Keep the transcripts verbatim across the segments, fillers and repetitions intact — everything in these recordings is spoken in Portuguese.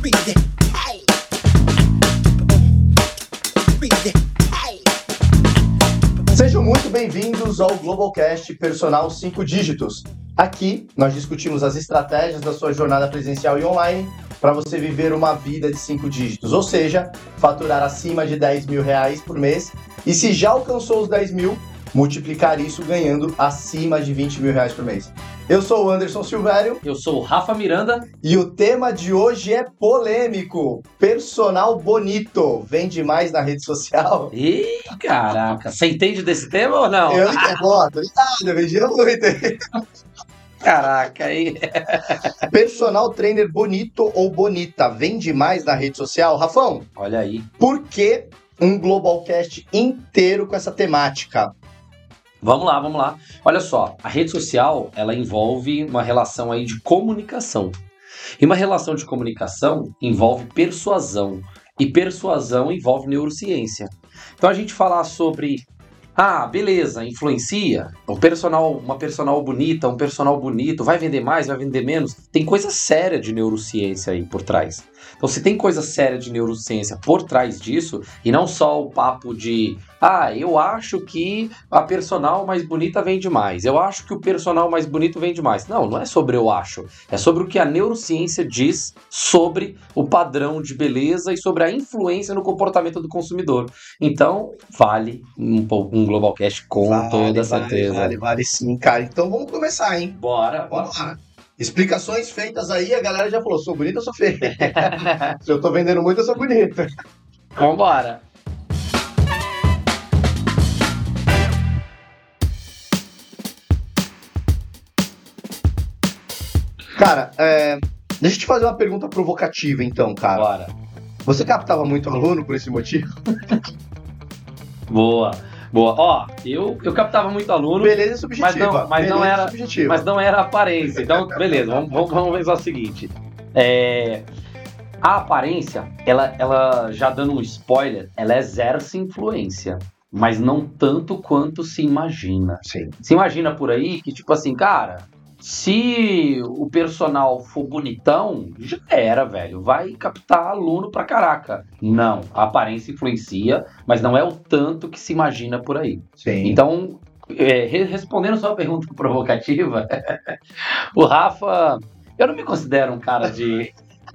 Sejam muito bem-vindos ao Globalcast Personal cinco Dígitos. Aqui, nós discutimos as estratégias da sua jornada presencial e online para você viver uma vida de cinco dígitos, ou seja, faturar acima de dez mil reais por mês e se já alcançou os dez mil, multiplicar isso ganhando acima de vinte mil reais por mês. Eu sou o Anderson Silvério. Eu sou o Rafa Miranda. E o tema de hoje é polêmico. Personal bonito. Vende mais na rede social? Ih, caraca. Você entende desse tema ou não? Eu entendo. Ó, tô ligado. Eu vendia muito. Caraca, aí. Personal trainer bonito ou bonita. Vende mais na rede social? Rafão. Olha aí. Por que um Globalcast inteiro com essa temática? Vamos lá, vamos lá. Olha só, a rede social, ela envolve uma relação aí de comunicação. E uma relação de comunicação envolve persuasão. E persuasão envolve neurociência. Então a gente falar sobre, ah, beleza, influencia, um personal, uma personal bonita, um personal bonito, vai vender mais, vai vender menos? Tem coisa séria de neurociência aí por trás. Então se tem coisa séria de neurociência por trás disso, e não só o papo de, ah, eu acho que a personal mais bonita vende mais, eu acho que o personal mais bonito vende mais. Não, não é sobre eu acho, é sobre o que a neurociência diz sobre o padrão de beleza e sobre a influência no comportamento do consumidor. Então, vale um, um Globalcast com vale, toda vale, certeza. Vale, vale sim, cara. Então vamos começar, hein? Bora, bora lá. Explicações feitas aí, a galera já falou, sou bonita ou sou feia? Se eu tô vendendo muito, eu sou bonita. Vambora. Cara, é... deixa eu te fazer uma pergunta provocativa então, cara. Bora. Você captava muito aluno por esse motivo? Boa. Boa. Ó, eu, eu captava muito aluno. Beleza subjetiva. Mas não, mas não era, subjetiva. mas não era aparência. Então, beleza, vamos, vamos, vamos ver o seguinte. É, a aparência, ela, ela, já dando um spoiler, ela exerce influência. Mas não tanto quanto se imagina. Sim. Se imagina por aí que, tipo assim, cara, se o personal for bonitão, já era, velho. Vai captar aluno pra caraca. Não, a aparência influencia, mas não é o tanto que se imagina por aí. Sim. Então, é, respondendo só a pergunta provocativa, o Rafa, eu não me considero um cara de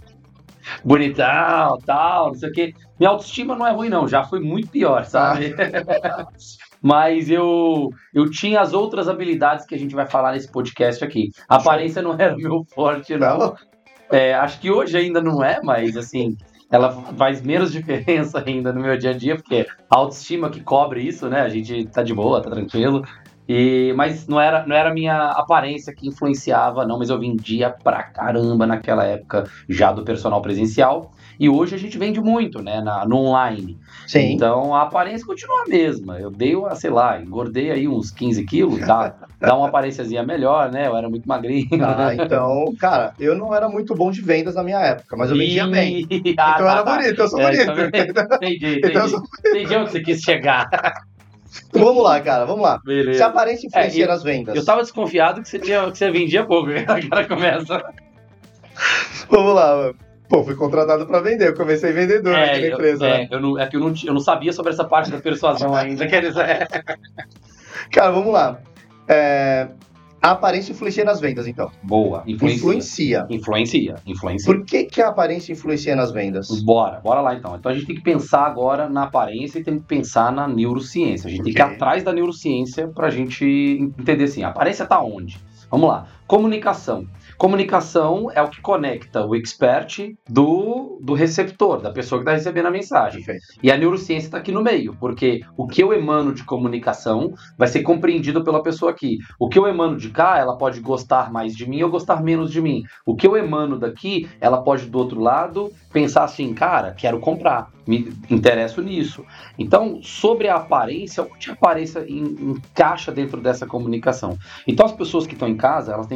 bonitão, tal, não sei o quê. Minha autoestima não é ruim, não. Já foi muito pior, sabe? Ah. Mas eu, eu tinha as outras habilidades que a gente vai falar nesse podcast aqui. A aparência não era meu forte, não. É, acho que hoje ainda não é, mas assim, ela faz menos diferença ainda no meu dia a dia, porque a autoestima que cobre isso, né? A gente tá de boa, tá tranquilo. E, mas não era, não era a minha aparência que influenciava, não, mas eu vendia pra caramba naquela época já do personal presencial. E hoje a gente vende muito, né, na, no online. Sim. Então a aparência continua a mesma. Eu dei, sei lá, engordei aí uns quinze quilos, dá, dá uma aparênciazinha melhor, né? Eu era muito magrinho. Ah, então, cara, eu não era muito bom de vendas na minha época, mas eu vendia e... bem. Ah, então eu era bonito, eu sou é, bonito. Entendi, entendi. Então, eu sou... entendi onde você quis chegar. Vamos lá, cara, vamos lá. Beleza. Se a aparência influencia é, eu, nas vendas. Eu tava desconfiado que você, tinha, que você vendia pouco. Agora começa. Vamos lá, mano. Pô, fui contratado pra vender, eu comecei vendedor é, aqui na empresa. Eu, né? é, eu não, é que eu não, eu não sabia sobre essa parte da persuasão ainda. Quer dizer... Cara, vamos lá. É... A aparência influencia nas vendas, então. Boa. Influencia. Influencia. Influencia. Influencia. Por que, que a aparência influencia nas vendas? Bora, bora lá então. Então a gente tem que pensar agora na aparência e tem que pensar na neurociência. A gente okay. tem que ir atrás da neurociência pra gente entender assim, a aparência tá onde? Vamos lá. Comunicação. Comunicação é o que conecta o expert do, do receptor, da pessoa que está recebendo a mensagem. Perfeito. E a neurociência está aqui no meio, porque o que eu emano de comunicação vai ser compreendido pela pessoa aqui. O que eu emano de cá, ela pode gostar mais de mim ou gostar menos de mim. O que eu emano daqui, ela pode do outro lado pensar assim, cara, quero comprar, me interesso nisso. Então, sobre a aparência, onde a aparência en- encaixa dentro dessa comunicação? Então, as pessoas que estão em casa, elas têm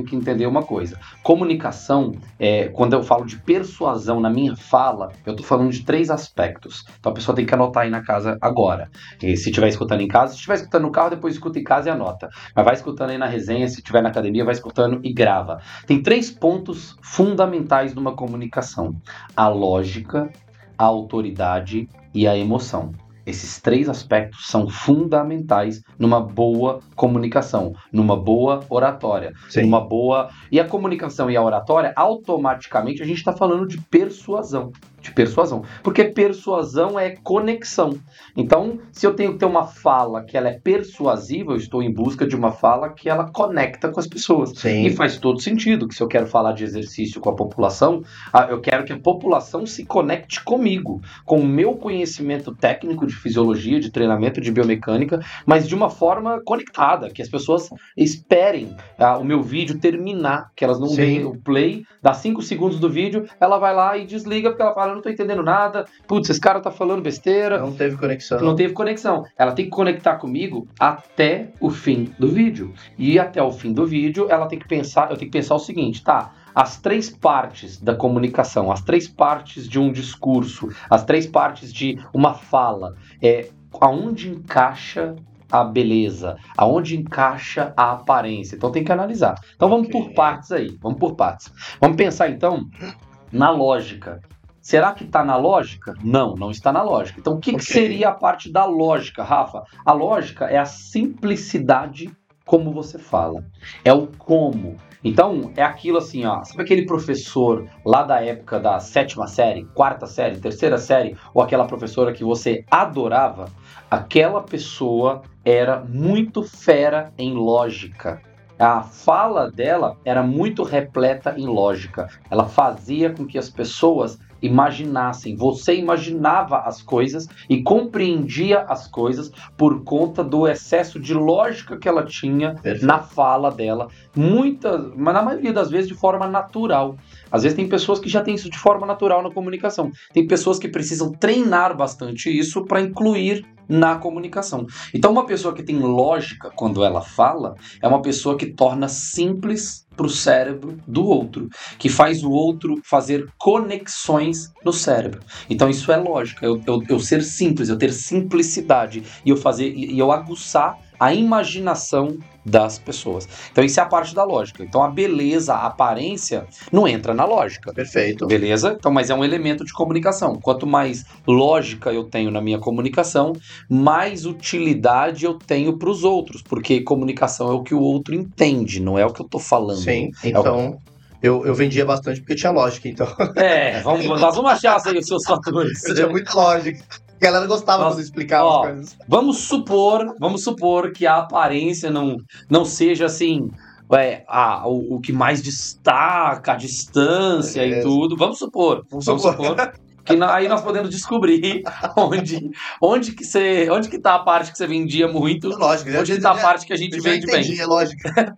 tenho que entender uma coisa. Comunicação, é, quando eu falo de persuasão na minha fala, eu tô falando de três aspectos. Então a pessoa tem que anotar aí na casa agora. E se estiver escutando em casa, se estiver escutando no carro, depois escuta em casa e anota. Mas vai escutando aí na resenha, se estiver na academia, vai escutando e grava. Tem três pontos fundamentais numa comunicação: a lógica, a autoridade e a emoção. Esses três aspectos são fundamentais numa boa comunicação, numa boa oratória, Sim. numa boa... E a comunicação e a oratória, automaticamente, a gente está falando de persuasão. De persuasão. Porque persuasão é conexão. Então, se eu tenho que ter uma fala que ela é persuasiva, eu estou em busca de uma fala que ela conecta com as pessoas. Sim. E faz todo sentido que se eu quero falar de exercício com a população, eu quero que a população se conecte comigo, com o meu conhecimento técnico de fisiologia, de treinamento, de biomecânica, mas de uma forma conectada, que as pessoas esperem ah, o meu vídeo terminar, que elas não Sim. deem o play, dá cinco segundos do vídeo, ela vai lá e desliga, porque ela fala, eu não tô entendendo nada, putz, esse cara tá falando besteira. Não teve conexão. Não teve conexão. Ela tem que conectar comigo até o fim do vídeo. E até o fim do vídeo, ela tem que pensar, eu tenho que pensar o seguinte, tá? As três partes da comunicação, as três partes de um discurso, as três partes de uma fala, é, aonde encaixa a beleza, aonde encaixa a aparência. Então tem que analisar. Então vamos Okay. por partes aí, vamos por partes. Vamos pensar então na lógica. Será que está na lógica? Não, não está na lógica. Então, o que, Okay. que seria a parte da lógica, Rafa? A lógica é a simplicidade como você fala. É o como. Então, é aquilo assim, ó. Sabe aquele professor lá da época da sétima série, quarta série, terceira série, ou aquela professora que você adorava? Aquela pessoa era muito fera em lógica. A fala dela era muito repleta em lógica. Ela fazia com que as pessoas imaginassem. Você imaginava as coisas e compreendia as coisas por conta do excesso de lógica que ela tinha Perfeito. na fala dela. Muitas, mas na maioria das vezes de forma natural. Às vezes tem pessoas que já têm isso de forma natural na comunicação. Tem pessoas que precisam treinar bastante isso para incluir na comunicação. Então uma pessoa que tem lógica quando ela fala é uma pessoa que torna simples para o cérebro do outro, que faz o outro fazer conexões no cérebro. Então isso é lógica, eu, eu, eu ser simples, eu ter simplicidade e eu fazer e eu aguçar a imaginação das pessoas. Então isso é a parte da lógica. Então a beleza, a aparência não entra na lógica. Perfeito. Beleza? Então, mas é um elemento de comunicação. Quanto mais lógica eu tenho na minha comunicação, mais utilidade eu tenho para os outros, porque comunicação é o que o outro entende, não é o que eu tô falando. Sim, É o- então eu, eu vendia bastante porque tinha lógica, então É, vamos, nós vamos achar aí os seus fatores. eu tinha muita lógica. A galera gostava Nossa, quando eu explicava ó, as coisas. Vamos supor, vamos supor que a aparência não, não seja assim, é, a, o, o que mais destaca, a distância É. e tudo. Vamos supor, Vamos vamos supor. supor que na- aí nós podemos descobrir onde, onde, que você, onde que tá a parte que você vendia muito, Lógica, já, onde que tá a parte que a gente eu já vende entendi, bem. é lógica.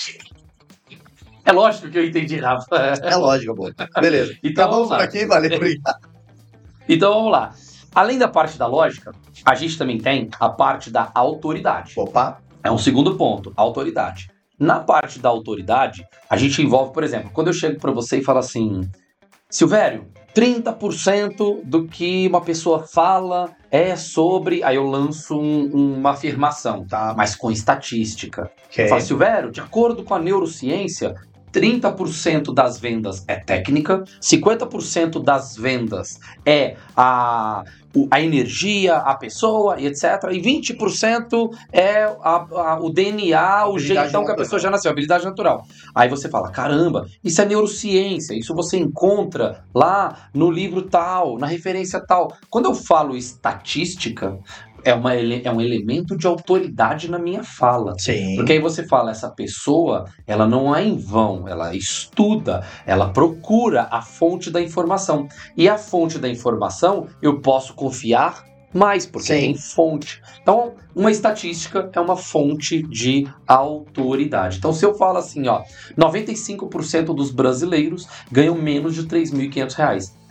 É lógico que eu entendi, Rafa. É lógica, pô. Beleza. Então, Acabamos vamos lá. por aqui, valeu, obrigado. Então vamos lá. Além da parte da lógica, a gente também tem a parte da autoridade. Opa, É um segundo ponto, autoridade. Na parte da autoridade, a gente envolve, por exemplo, quando eu chego para você e falo assim, Silvério, trinta por cento do que uma pessoa fala é sobre... Aí eu lanço um- uma afirmação, tá. mas com estatística. Ok. Eu falo, Silvério, de acordo com a neurociência, trinta por cento das vendas é técnica, cinquenta por cento das vendas é a, o- a energia, a pessoa e etcétera. E vinte por cento é a- a- o D N A, o Habilidade jeitão que a natural. pessoa já nasceu, habilidade natural. Aí você fala, caramba, isso é neurociência, isso você encontra lá no livro tal, na referência tal. Quando eu falo estatística, é, uma, ele- é um elemento de autoridade na minha fala. Sim. Porque aí você fala, essa pessoa, ela não é em vão, ela estuda, ela procura a fonte da informação. E a fonte da informação, eu posso confiar mais, porque Sim. tem fonte. Então, uma estatística é uma fonte de autoridade. Então, se eu falo assim, ó, noventa e cinco por cento dos brasileiros ganham menos de três mil e quinhentos reais.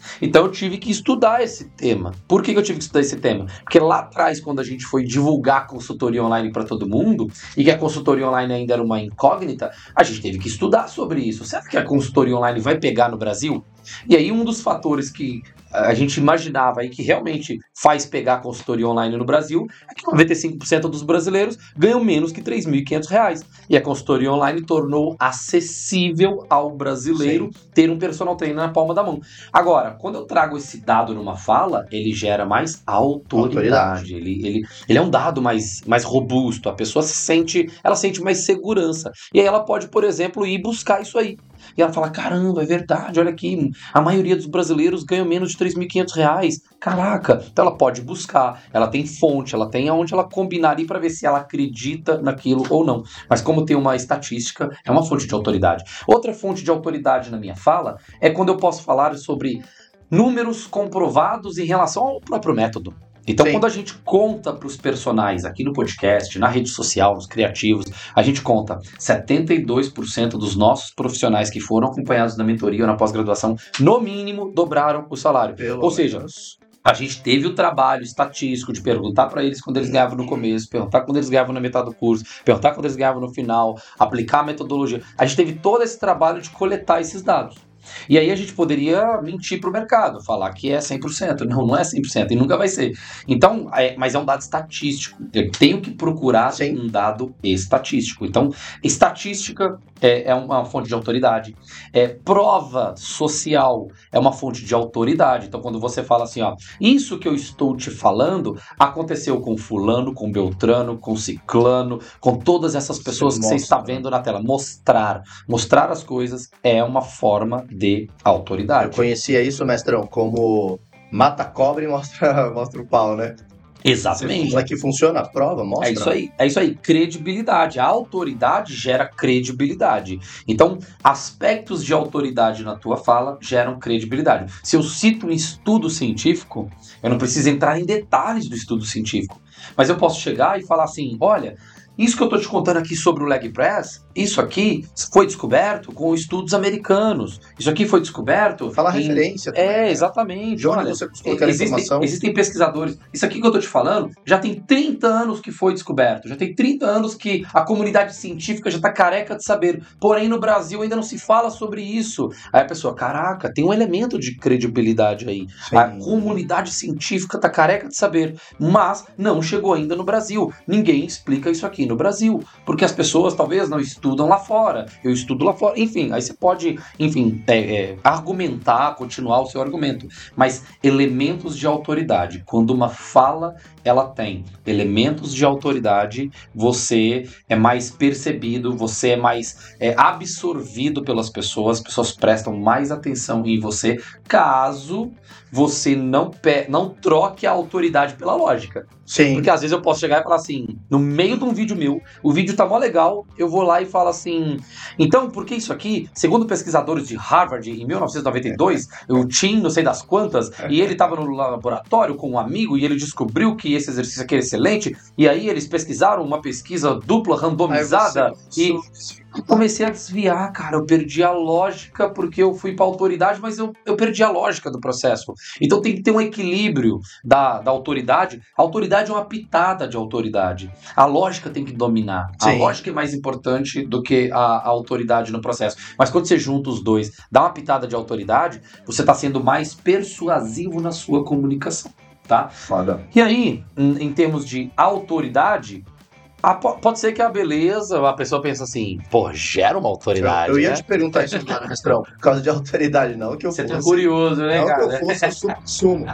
Então eu tive que estudar esse tema. Por que que eu tive que estudar esse tema? Porque lá atrás, quando a gente foi divulgar consultoria online para todo mundo, e que a consultoria online ainda era uma incógnita, a gente teve que estudar sobre isso. Será que a consultoria online vai pegar no Brasil? E aí um dos fatores que a gente imaginava aí que realmente faz pegar a consultoria online no Brasil é que noventa e cinco por cento dos brasileiros ganham menos que três mil e quinhentos reais. E a consultoria online tornou acessível ao brasileiro Sim. ter um personal trainer na palma da mão. Agora, quando eu trago esse dado numa fala, ele gera mais autoridade. autoridade. Ele, ele, ele é um dado mais, mais robusto. A pessoa se sente, ela sente mais segurança. E aí ela pode, por exemplo, ir buscar isso aí. E ela fala, caramba, é verdade, olha aqui, a maioria dos brasileiros ganham menos de três mil e quinhentos reais. Caraca, então ela pode buscar, ela tem fonte, ela tem aonde ela combinar ali para ver se ela acredita naquilo ou não. Mas como tem uma estatística, é uma fonte de autoridade. Outra fonte de autoridade na minha fala é quando eu posso falar sobre números comprovados em relação ao próprio método. Então, Sim. quando a gente conta para os personagens aqui no podcast, na rede social, nos criativos, a gente conta setenta e dois por cento dos nossos profissionais que foram acompanhados na mentoria ou na pós-graduação, no mínimo, dobraram o salário. Pelo ou seja, Deus. A gente teve o trabalho estatístico de perguntar para eles quando eles ganhavam no começo, perguntar quando eles ganhavam na metade do curso, perguntar quando eles ganhavam no final, aplicar a metodologia. A gente teve todo esse trabalho de coletar esses dados. E aí a gente poderia mentir para o mercado, falar que é cem por cento. Não, não é cem por cento e nunca vai ser. Então, é, mas é um dado estatístico. Eu tenho que procurar Sim. um dado estatístico. Então, estatística é, é uma fonte de autoridade. É, prova social é uma fonte de autoridade. Então, quando você fala assim, ó, isso que eu estou te falando aconteceu com fulano, com beltrano, com ciclano, com todas essas pessoas você que mostra. Você está vendo na tela. Mostrar. Mostrar as coisas é uma forma de autoridade. Eu conhecia isso, mestrão, como mata a cobra e mostra, mostra o pau, né? Exatamente. Como é que funciona a prova? Mostra. É isso aí, é isso aí. Credibilidade. A autoridade gera credibilidade. Então, aspectos de autoridade na tua fala geram credibilidade. Se eu cito um estudo científico, eu não preciso entrar em detalhes do estudo científico, mas eu posso chegar e falar assim, olha, isso que eu estou te contando aqui sobre o leg press, isso aqui foi descoberto com estudos americanos. Isso aqui foi descoberto... Fala em... referência também. É, exatamente. De onde Olha, você buscou aquela existem, informação? Existem pesquisadores. Isso aqui que eu estou te falando já tem trinta anos que foi descoberto. Já tem trinta anos que a comunidade científica já está careca de saber. Porém, no Brasil ainda não se fala sobre isso. Aí a pessoa, caraca, tem um elemento de credibilidade aí. Sim. A comunidade científica está careca de saber. Mas não chegou ainda no Brasil. Ninguém explica isso aqui no Brasil, porque as pessoas talvez não estudam lá fora, eu estudo lá fora, enfim, aí você pode, enfim, é, é, argumentar, continuar o seu argumento, mas elementos de autoridade, quando uma fala, ela tem elementos de autoridade, você é mais percebido, você é mais é, absorvido pelas pessoas, as pessoas prestam mais atenção em você, caso você não, pe- não troque a autoridade pela lógica. Sim. Porque às vezes eu posso chegar e falar assim, no meio de um vídeo meu, o vídeo tá mó legal, eu vou lá e falo assim, então, por que isso aqui, segundo pesquisadores de Harvard, em mil novecentos e noventa e dois, o Tim, não sei das quantas, e ele tava no laboratório com um amigo, e ele descobriu que esse exercício aqui é excelente, e aí eles pesquisaram uma pesquisa dupla, randomizada, e eu comecei a desviar, cara, eu perdi a lógica, porque eu fui pra autoridade, mas eu, eu perdi a lógica do processo. Então tem que ter um equilíbrio da, da autoridade. A autoridade é uma pitada de autoridade. A lógica tem que dominar. Sim. A lógica é mais importante do que a, a autoridade no processo. Mas quando você junta os dois, dá uma pitada de autoridade, você está sendo mais persuasivo na sua comunicação, tá? Foda. E aí, em, em termos de autoridade, a, pode ser que a beleza, a pessoa pensa assim, pô, gera uma autoridade, Eu, eu ia né? te perguntar isso, cara, Mestrão, por causa de autoridade, não que eu Você fosse... tá curioso, né, não cara? Não que eu fosse assumo.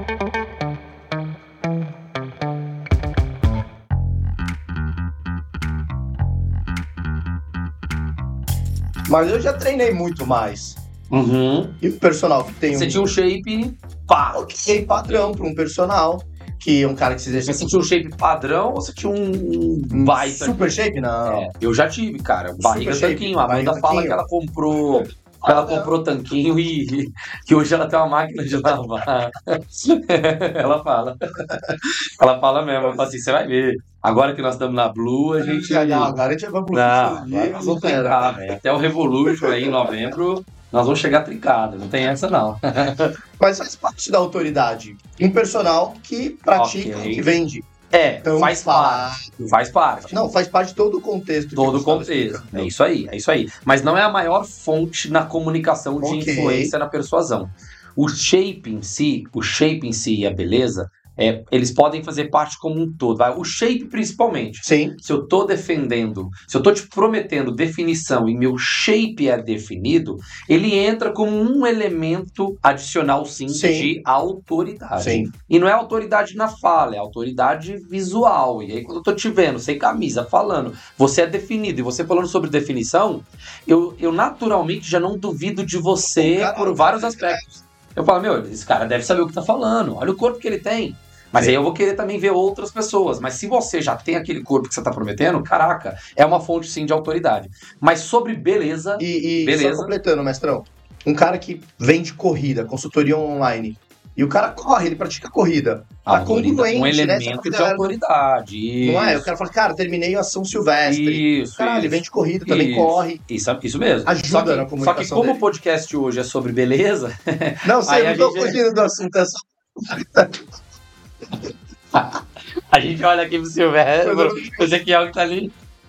Mas eu já treinei muito mais. Uhum. E o personal que tem Você um... tinha um shape pá. Ok, padrão para um personal, que é um cara que se exercita... Você tinha um shape padrão ou você tinha um, um baita? Super shape? Não. É, eu já tive, cara. Barriga Super tanquinho. shape, A Amanda fala tanquinho. que ela comprou... Ela comprou tanquinho e que hoje ela tem uma máquina de lavar. Ela fala. Ela fala mesmo. Ela fala assim, você vai ver. Agora que nós estamos na Blue, a gente... Não, agora a gente vai pro Não, agora nós vamos tentar, velho. Até o Revolution aí em novembro, nós vamos chegar trincado, não tem essa não. Mas faz parte da autoridade. Um personal que pratica, Ok. que vende. É, Então, faz faz- parte, faz parte. Não, faz parte de todo o contexto. que Todo o você estava contexto. explicando. É isso aí, é isso aí. Mas não é a maior fonte na comunicação de Ok. influência na persuasão. O shape em si, o shape em si e a beleza, é, eles podem fazer parte como um todo. Vai? O shape principalmente. Sim, Se eu tô defendendo, se eu tô te prometendo definição e meu shape é definido, ele entra como um elemento adicional sim, Sim. de autoridade. sim. E não é autoridade na fala, é autoridade visual. E aí, quando eu tô te vendo, sem camisa, falando, você é definido, e você falando sobre definição, eu, eu naturalmente já não duvido de você O cara- por vários aspectos. Eu falo, meu, esse cara deve saber o que tá falando, olha o corpo que ele tem. Mas Sim. aí eu vou querer também ver outras pessoas. Mas se você já tem aquele corpo que você tá prometendo, caraca, é uma fonte sim de autoridade. Mas sobre beleza, E, e Beleza. só completando, mestrão, um cara que vende corrida, consultoria online, e o cara corre, ele pratica corrida. Tá autoridade, congruente, um né? Essa elemento de galera autoridade. Não é? O Isso. cara fala, cara, terminei a São Silvestre. Isso, Caralho, ele isso. vende corrida, também Isso. corre. Isso, isso mesmo. Ajuda só que, na Só que comunicação como dele. o podcast hoje é sobre beleza, Não sei, Aí eu a não tô gente- fugindo do assunto, é só... a gente olha aqui pro Silvério, Mas o Ezequiel que tá ali.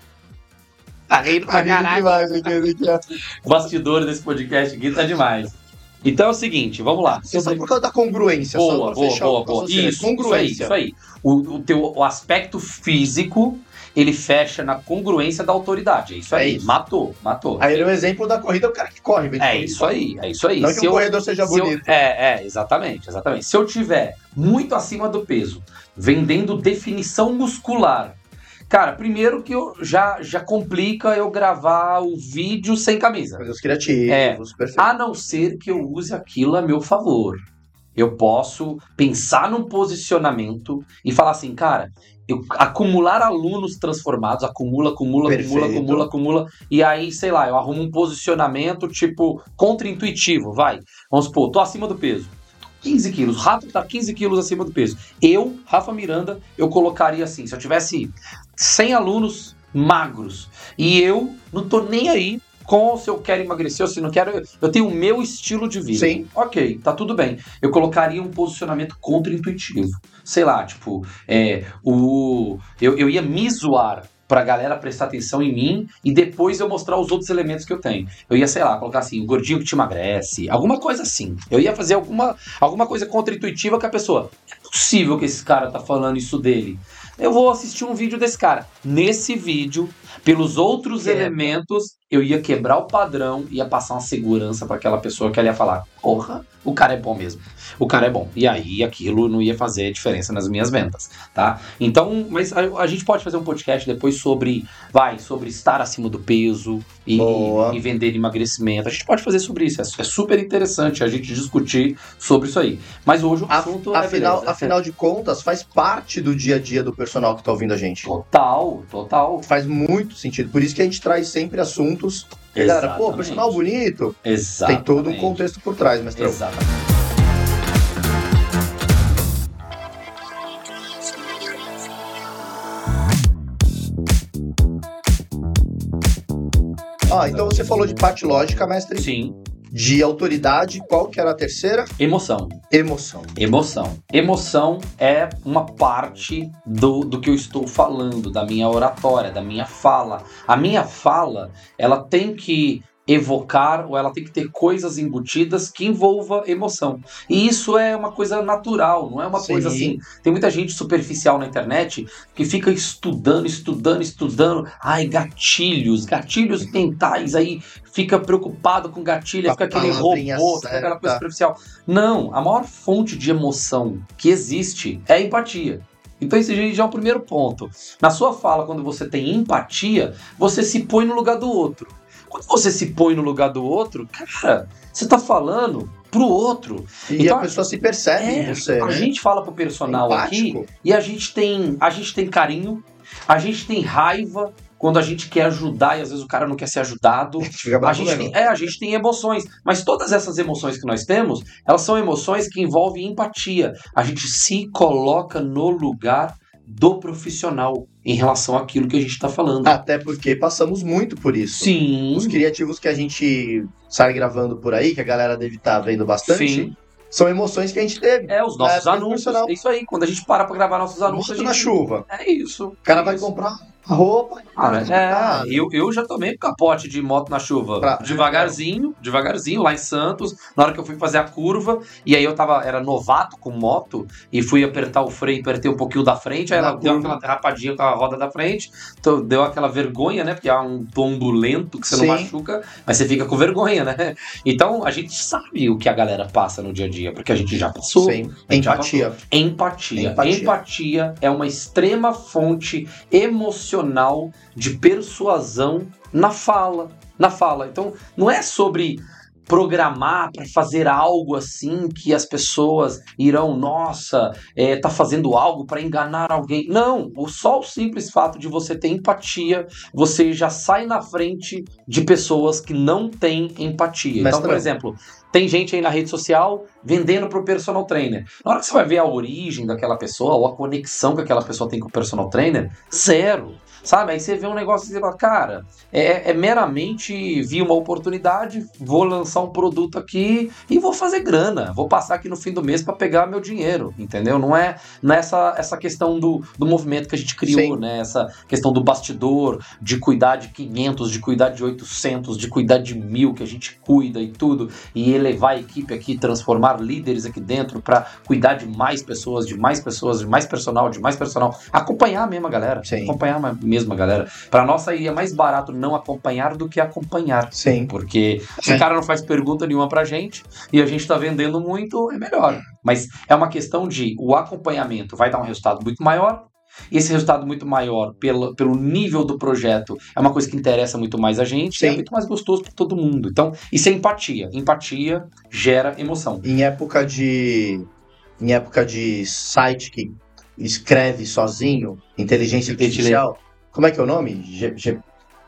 Tá rindo pra Tá rindo caralho. demais aqui, aqui, O bastidor desse podcast aqui tá demais. Então é o seguinte, vamos lá. Você sabe por causa da congruência, só Boa, pra boa, fechar boa, o boa. raciocínio. Isso, isso aí, Congruência. isso aí. O, o teu o aspecto físico, ele fecha na congruência da autoridade. É isso É aí. isso. Matou, matou. Aí ele é o exemplo da corrida, é o cara que corre, vende É corrida. isso aí, é isso aí. Não Se que eu- o corredor seja se eu- bonito. é, é, exatamente, exatamente. Se eu tiver muito acima do peso, vendendo definição muscular, cara, primeiro que eu já, já complica eu gravar o vídeo sem camisa. Coisas criativos, É. perfeito. A não ser que eu use aquilo a meu favor. Eu posso pensar num posicionamento e falar assim, cara, eu acumular alunos transformados, acumula, acumula, acumula, Perfeito. acumula, acumula, e aí, sei lá, eu arrumo um posicionamento tipo contra-intuitivo, vai. Vamos supor, tô acima do peso. quinze quilos, o Rafa tá quinze quilos acima do peso. Eu, Rafa Miranda, eu colocaria assim, se eu tivesse cem alunos magros e eu não tô nem aí com se eu quero emagrecer ou se não quero, eu tenho o meu estilo de vida. Sim. Ok, tá tudo bem. Eu colocaria um posicionamento contra-intuitivo. Sei lá, tipo, é, o, eu, eu ia me zoar pra galera prestar atenção em mim e depois eu mostrar os outros elementos que eu tenho. Eu ia, sei lá, colocar assim, o gordinho que te emagrece, alguma coisa assim. Eu ia fazer alguma, alguma coisa contra-intuitiva que a pessoa, é possível que esse cara tá falando isso dele. Eu vou assistir um vídeo desse cara. Nesse vídeo, pelos outros Quebra. elementos, eu ia quebrar o padrão, ia passar uma segurança pra aquela pessoa que ela ia falar, porra, o cara é bom mesmo. O cara é bom. E aí aquilo não ia fazer diferença nas minhas vendas, tá? Então, mas a, a gente pode fazer um podcast depois sobre, vai, sobre estar acima do peso e, Boa. e vender emagrecimento. A gente pode fazer sobre isso. É, é super interessante a gente discutir sobre isso aí. Mas hoje o assunto é Afinal, beleza. afinal de contas, faz parte do dia a dia do personal que tá ouvindo a gente. Total, total. Faz muito sentido. Por isso que a gente traz sempre assuntos. E, galera, pô, Exatamente. personal bonito. Exatamente. Tem todo um contexto por trás, mestrão. Exatamente. Ah, então você falou de parte lógica, mestre. Sim. De autoridade, qual que era a terceira? Emoção. Emoção. Emoção. Emoção é uma parte do, do que eu estou falando, da minha oratória, da minha fala. A minha fala, ela tem que evocar ou ela tem que ter coisas embutidas que envolva emoção. E isso é uma coisa natural, não é uma Sim. coisa assim. Tem muita gente superficial na internet que fica estudando, estudando, estudando. Ai, gatilhos, gatilhos mentais, aí fica preocupado com gatilho, Com a fica aquele palavrinha robô, fica aquela certa. coisa superficial. Não, a maior fonte de emoção que existe é a empatia. Então esse já é o primeiro ponto. Na sua fala, quando você tem empatia, você se põe no lugar do outro. Quando você se põe no lugar do outro, cara, você tá falando pro outro. E Então, a pessoa se percebe É, em você, a né? gente fala pro personal aqui Empático. e a gente tem, a gente tem carinho, a gente tem raiva quando a gente quer ajudar e às vezes o cara não quer ser ajudado. A gente fica A bravo gente, mesmo. tem, é, a gente tem emoções, mas todas essas emoções que nós temos, elas são emoções que envolvem empatia. A gente se coloca no lugar do profissional em relação àquilo que a gente está falando. Até porque passamos muito por isso. Sim. Os criativos que a gente sai gravando por aí, que a galera deve estar vendo bastante, Sim. são emoções que a gente teve. É, os nossos anúncios. É isso aí. Quando a gente para pra gravar nossos anúncios. Moto a gente... na chuva. É isso. O cara é vai isso. comprar a roupa. Ah, é, ah, eu, eu já tomei capote de moto na chuva. Pra... Devagarzinho, devagarzinho, lá em Santos, na hora que eu fui fazer a curva, e aí eu tava, era novato com moto, e fui apertar o freio, apertei um pouquinho da frente, aí na ela curva. deu aquela derrapadinha com a roda da frente, então deu aquela vergonha, né? Porque é um tombo lento que você Sim. não machuca, mas você fica com vergonha, né? Então a gente sabe o que a galera passa no dia a dia, porque a gente já passou. Sim. A gente já Empatia. passou. Empatia. Empatia. Empatia é uma extrema fonte emocional de persuasão na fala, na fala. Então, não é sobre programar para fazer algo assim que as pessoas irão, nossa, é, tá fazendo algo para enganar alguém. Não, só o simples fato de você ter empatia, você já sai na frente de pessoas que não têm empatia. Mas então, por não. exemplo, tem gente aí na rede social vendendo pro personal trainer. Na hora que você vai ver a origem daquela pessoa ou a conexão que aquela pessoa tem com o personal trainer, zero. Sabe? Aí você vê um negócio e você fala, cara, é, é meramente vi uma oportunidade, vou lançar um produto aqui e vou fazer grana. Vou passar aqui no fim do mês para pegar meu dinheiro, entendeu? Não é, não é essa, essa questão do, do movimento que a gente criou, Sim. né? Essa questão do bastidor, de cuidar de quinhentos, de cuidar de oitocentos, de cuidar de mil, que a gente cuida e tudo, e elevar a equipe aqui, transformar líderes aqui dentro para cuidar de mais pessoas, de mais pessoas, de mais personal, de mais personal. Acompanhar a mesma galera. Sim. Acompanhar a mesma galera. Para nós aí é mais barato não acompanhar do que acompanhar. Sim. Porque se o cara não faz pergunta nenhuma pra gente e a gente tá vendendo muito, é melhor. Mas é uma questão de o acompanhamento vai dar um resultado muito maior. E esse resultado muito maior pelo, pelo nível do projeto é uma coisa que interessa muito mais a gente. Sim. E é muito mais gostoso para todo mundo. Então, isso é empatia. Empatia gera emoção. Em época de em época de site que escreve sozinho, inteligência artificial, como é que é o nome? G, G...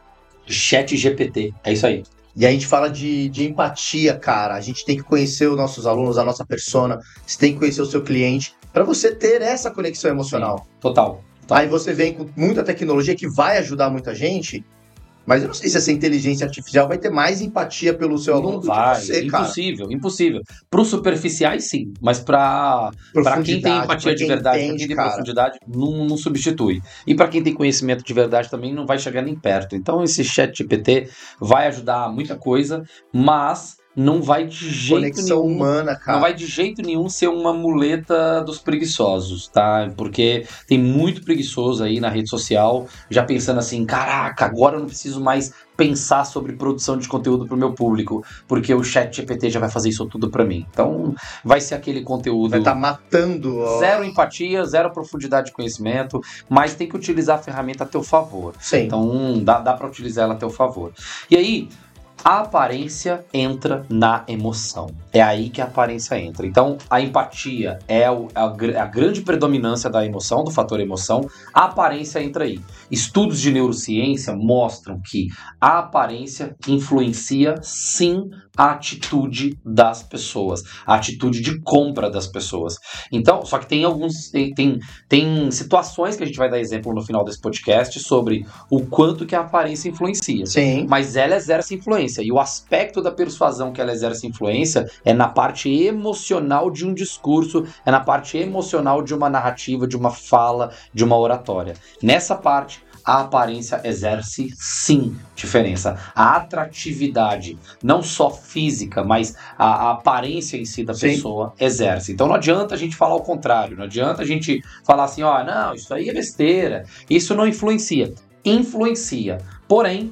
Chat G P T, é isso aí. E a gente fala de, de empatia, cara. A gente tem que conhecer os nossos alunos, a nossa persona. Você tem que conhecer o seu cliente para você ter essa conexão emocional. Sim, total, total. Aí você vem com muita tecnologia que vai ajudar muita gente, mas eu não sei se essa inteligência artificial vai ter mais empatia pelo seu aluno Não do vai, que você, cara. impossível, impossível. Para os superficiais, sim, mas para quem tem empatia de verdade, para quem tem cara. profundidade, não, não substitui. E para quem tem conhecimento de verdade também não vai chegar nem perto. Então esse chat G P T vai ajudar muita coisa, mas não vai de jeito Conexão nenhum, humana, cara. não vai de jeito nenhum ser uma muleta dos preguiçosos, tá? Porque tem muito preguiçoso aí na rede social, já pensando assim, caraca, agora eu não preciso mais pensar sobre produção de conteúdo para o meu público, porque o chat G P T já vai fazer isso tudo para mim. Então, vai ser aquele conteúdo... Vai estar tá matando... Ó. Zero empatia, zero profundidade de conhecimento, mas tem que utilizar a ferramenta a teu favor. Sim. Então, dá, dá para utilizar ela a teu favor. E aí... a aparência entra na emoção. É aí que a aparência entra. Então, a empatia é o, a, a grande predominância da emoção, do fator emoção. A aparência entra aí. Estudos de neurociência mostram que a aparência influencia, sim, a atitude das pessoas. A atitude de compra das pessoas. Então, só que tem alguns... Tem, tem, tem situações que a gente vai dar exemplo no final desse podcast sobre o quanto que a aparência influencia. Sim. Mas ela exerce influência. E o aspecto da persuasão que ela exerce influência é na parte emocional de um discurso, é na parte emocional de uma narrativa, de uma fala, de uma oratória. Nessa parte, a aparência exerce, sim, diferença. A atratividade, não só física, mas a, a aparência em si da sim. pessoa exerce. Então não adianta a gente falar o contrário, não adianta a gente falar assim, ó, não, isso aí é besteira, isso não influencia. Influencia, porém,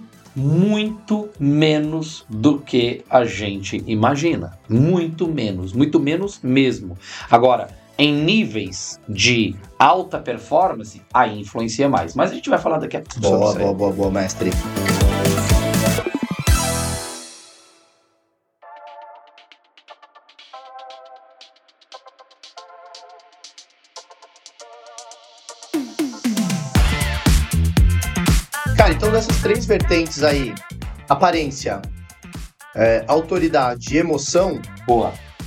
muito menos do que a gente imagina. Muito menos, muito menos mesmo. Agora, em níveis de alta performance, aí influencia mais. Mas a gente vai falar daqui a pouco sobre boa, isso aí. Boa, boa, boa, mestre. Cara, então dessas três vertentes aí, aparência, é, autoridade e emoção, Boa.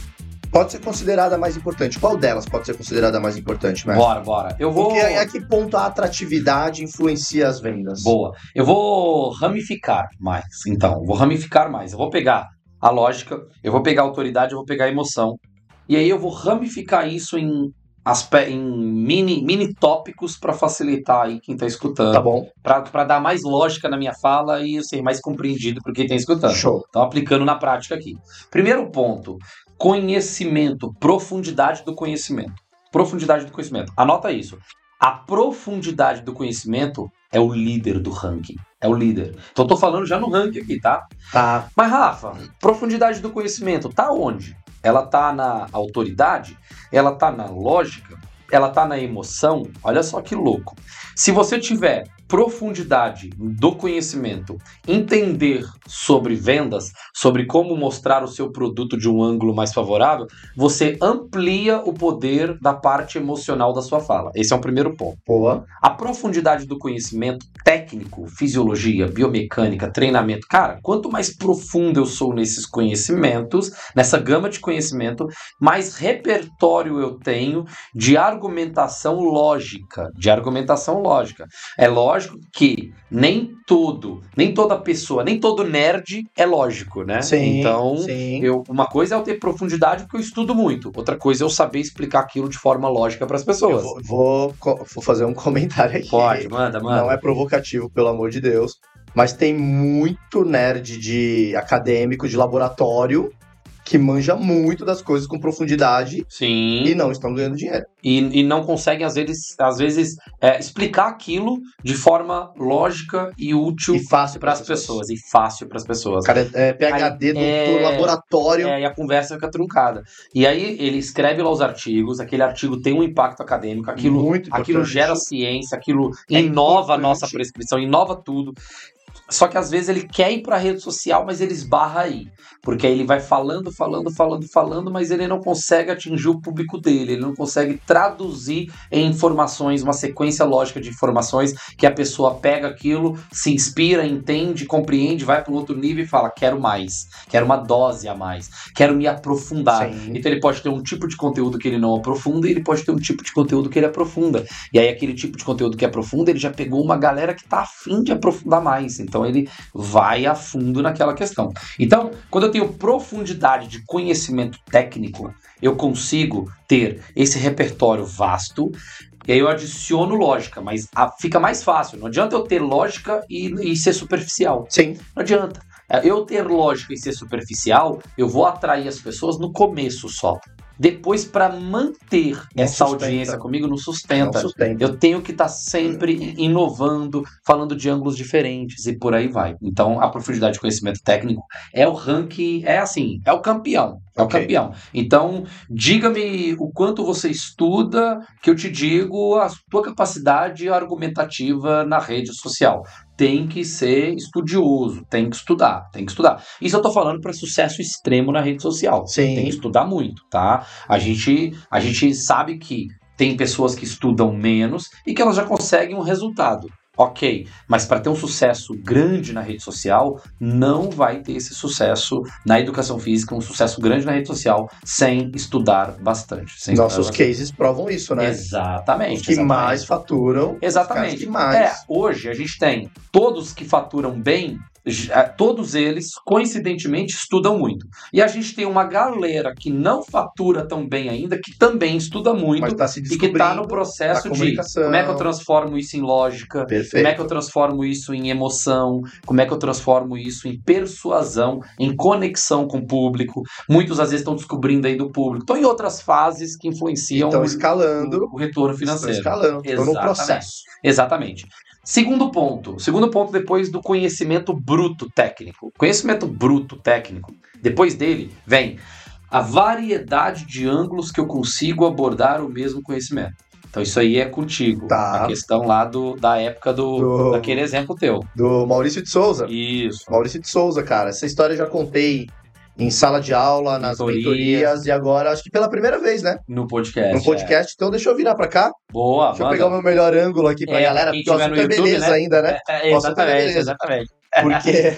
pode ser considerada a mais importante. Qual delas pode ser considerada a mais importante, mestre? Bora, bora. Eu vou... Porque a que ponto a atratividade influencia as vendas? Boa. Eu vou ramificar mais, então. Vou ramificar mais. Eu vou pegar a lógica, eu vou pegar a autoridade, eu vou pegar a emoção. E aí eu vou ramificar isso em, aspe... em mini, mini tópicos para facilitar aí quem tá escutando. Tá bom. Para dar mais lógica na minha fala e ser mais compreendido por quem tá escutando. Show. Então, aplicando na prática aqui. Primeiro ponto, conhecimento, profundidade do conhecimento. Profundidade do conhecimento. Anota isso. A profundidade do conhecimento é o líder do ranking. É o líder. Então, eu tô falando já no ranking aqui, tá? Tá. Mas, Rafa, profundidade do conhecimento, tá onde? Ela tá na autoridade? Ela tá na lógica? Ela tá na emoção? Olha só que louco. Se você tiver profundidade do conhecimento, entender sobre vendas, sobre como mostrar o seu produto de um ângulo mais favorável, você amplia o poder da parte emocional da sua fala. Esse é o primeiro ponto. Boa. A profundidade do conhecimento técnico, fisiologia, biomecânica, treinamento. Cara, quanto mais profundo eu sou nesses conhecimentos, nessa gama de conhecimento, mais repertório eu tenho de argumentação lógica. De argumentação lógica. É lógico que nem todo, nem toda pessoa, nem todo nerd é lógico, né? Sim, então, sim. Eu, uma coisa é eu ter profundidade porque eu estudo muito. Outra coisa é eu saber explicar aquilo de forma lógica para as pessoas. Eu vou, vou, vou fazer um comentário aqui. Pode, manda, manda. Não é provocativo, pelo amor de Deus, mas tem muito nerd de acadêmico, de laboratório, que manja muito das coisas com profundidade. Sim. E não estão ganhando dinheiro. E, e não conseguem, às vezes, às vezes é, explicar aquilo de forma lógica e útil E fácil para as pessoas. pessoas. E fácil para as pessoas. O cara é P H D Aí, do, é, do laboratório. É, e a conversa fica truncada. E aí ele escreve lá os artigos, aquele artigo tem um impacto acadêmico, aquilo, Muito aquilo importante. gera ciência, aquilo É inova a importante. nossa prescrição, inova tudo. Só que às vezes ele quer ir para a rede social, mas ele esbarra aí. Porque aí ele vai falando, falando, falando, falando, mas ele não consegue atingir o público dele. Ele não consegue traduzir em informações, uma sequência lógica de informações que a pessoa pega aquilo, se inspira, entende, compreende, vai para um outro nível e fala, quero mais. Quero uma dose a mais. Quero me aprofundar. Sim. Então ele pode ter um tipo de conteúdo que ele não aprofunda e ele pode ter um tipo de conteúdo que ele aprofunda. E aí aquele tipo de conteúdo que aprofunda, ele já pegou uma galera que tá afim de aprofundar mais. Então ele vai a fundo naquela questão. Então, quando eu tenho profundidade de conhecimento técnico, eu consigo ter esse repertório vasto, e aí eu adiciono lógica, mas a, fica mais fácil. Não adianta eu ter lógica e, e ser superficial. Sim. Não adianta. Eu ter lógica e ser superficial, eu vou atrair as pessoas no começo só. Depois, para manter Não essa sustenta. audiência comigo, não sustenta. Não sustenta. Eu tenho que estar sempre inovando, falando de ângulos diferentes e por aí vai. Então, a profundidade de conhecimento técnico é o ranking, é assim, é o campeão. É o Ok. campeão. Então, diga-me o quanto você estuda, que eu te digo a tua capacidade argumentativa na rede social. Tem que ser estudioso, tem que estudar, tem que estudar. Isso eu tô falando para sucesso extremo na rede social. Sim. Tem que estudar muito, tá? A gente, a gente sabe que tem pessoas que estudam menos e que elas já conseguem um resultado. Ok, mas para ter um sucesso grande na rede social, não vai ter esse sucesso na educação física, um sucesso grande na rede social, sem estudar bastante. Sem Nossos estudar bastante. cases provam isso, né? Exatamente. Os que exatamente. mais faturam. Exatamente. Os caras que mais. É, hoje a gente tem todos que faturam bem, já- todos eles, coincidentemente, estudam muito. E a gente tem uma galera que não fatura tão bem ainda, que também estuda muito Mas tá se e que descobrindo está no processo na de comunicação. como é que eu transformo isso em lógica, Perfeito. como é que eu transformo isso em emoção, como é que eu transformo isso em persuasão, em conexão com o público. Muitos às vezes estão descobrindo aí do público. Estão em outras fases que influenciam Estão o- escalando. o, o retorno Estão financeiro. escalando. Estão no Exatamente. processo. Exatamente. Segundo ponto. Segundo ponto depois do conhecimento bruto técnico. Conhecimento bruto técnico. Depois dele vem a variedade de ângulos que eu consigo abordar o mesmo conhecimento. Então isso aí é contigo. Tá. A questão lá do, da época do, Do- daquele exemplo teu. Do Maurício de Souza. Isso. Maurício de Souza, cara. Essa história eu já contei em sala de aula, nas Mentoria. mentorias, e agora acho que pela primeira vez, né? No podcast. No podcast. Então deixa eu virar pra cá. É. Boa, Deixa eu manda. pegar o meu melhor ângulo aqui pra É, galera, quem porque o tiver assunto é beleza né? ainda, né? É, é, O assunto é exatamente, beleza. exatamente. Porque...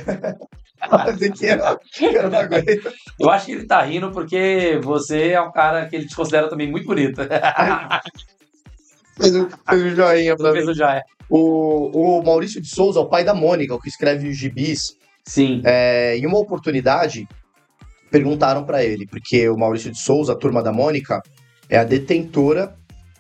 eu não aguento. Eu acho que ele tá rindo porque você é um cara que ele te considera também muito bonito. Fez um joinha pra Fez mim. um joinha. O, o Maurício de Souza, o pai da Mônica, o que escreve os gibis, Sim. é, em uma oportunidade, perguntaram pra ele, porque o Maurício de Souza, a turma da Mônica, é a detentora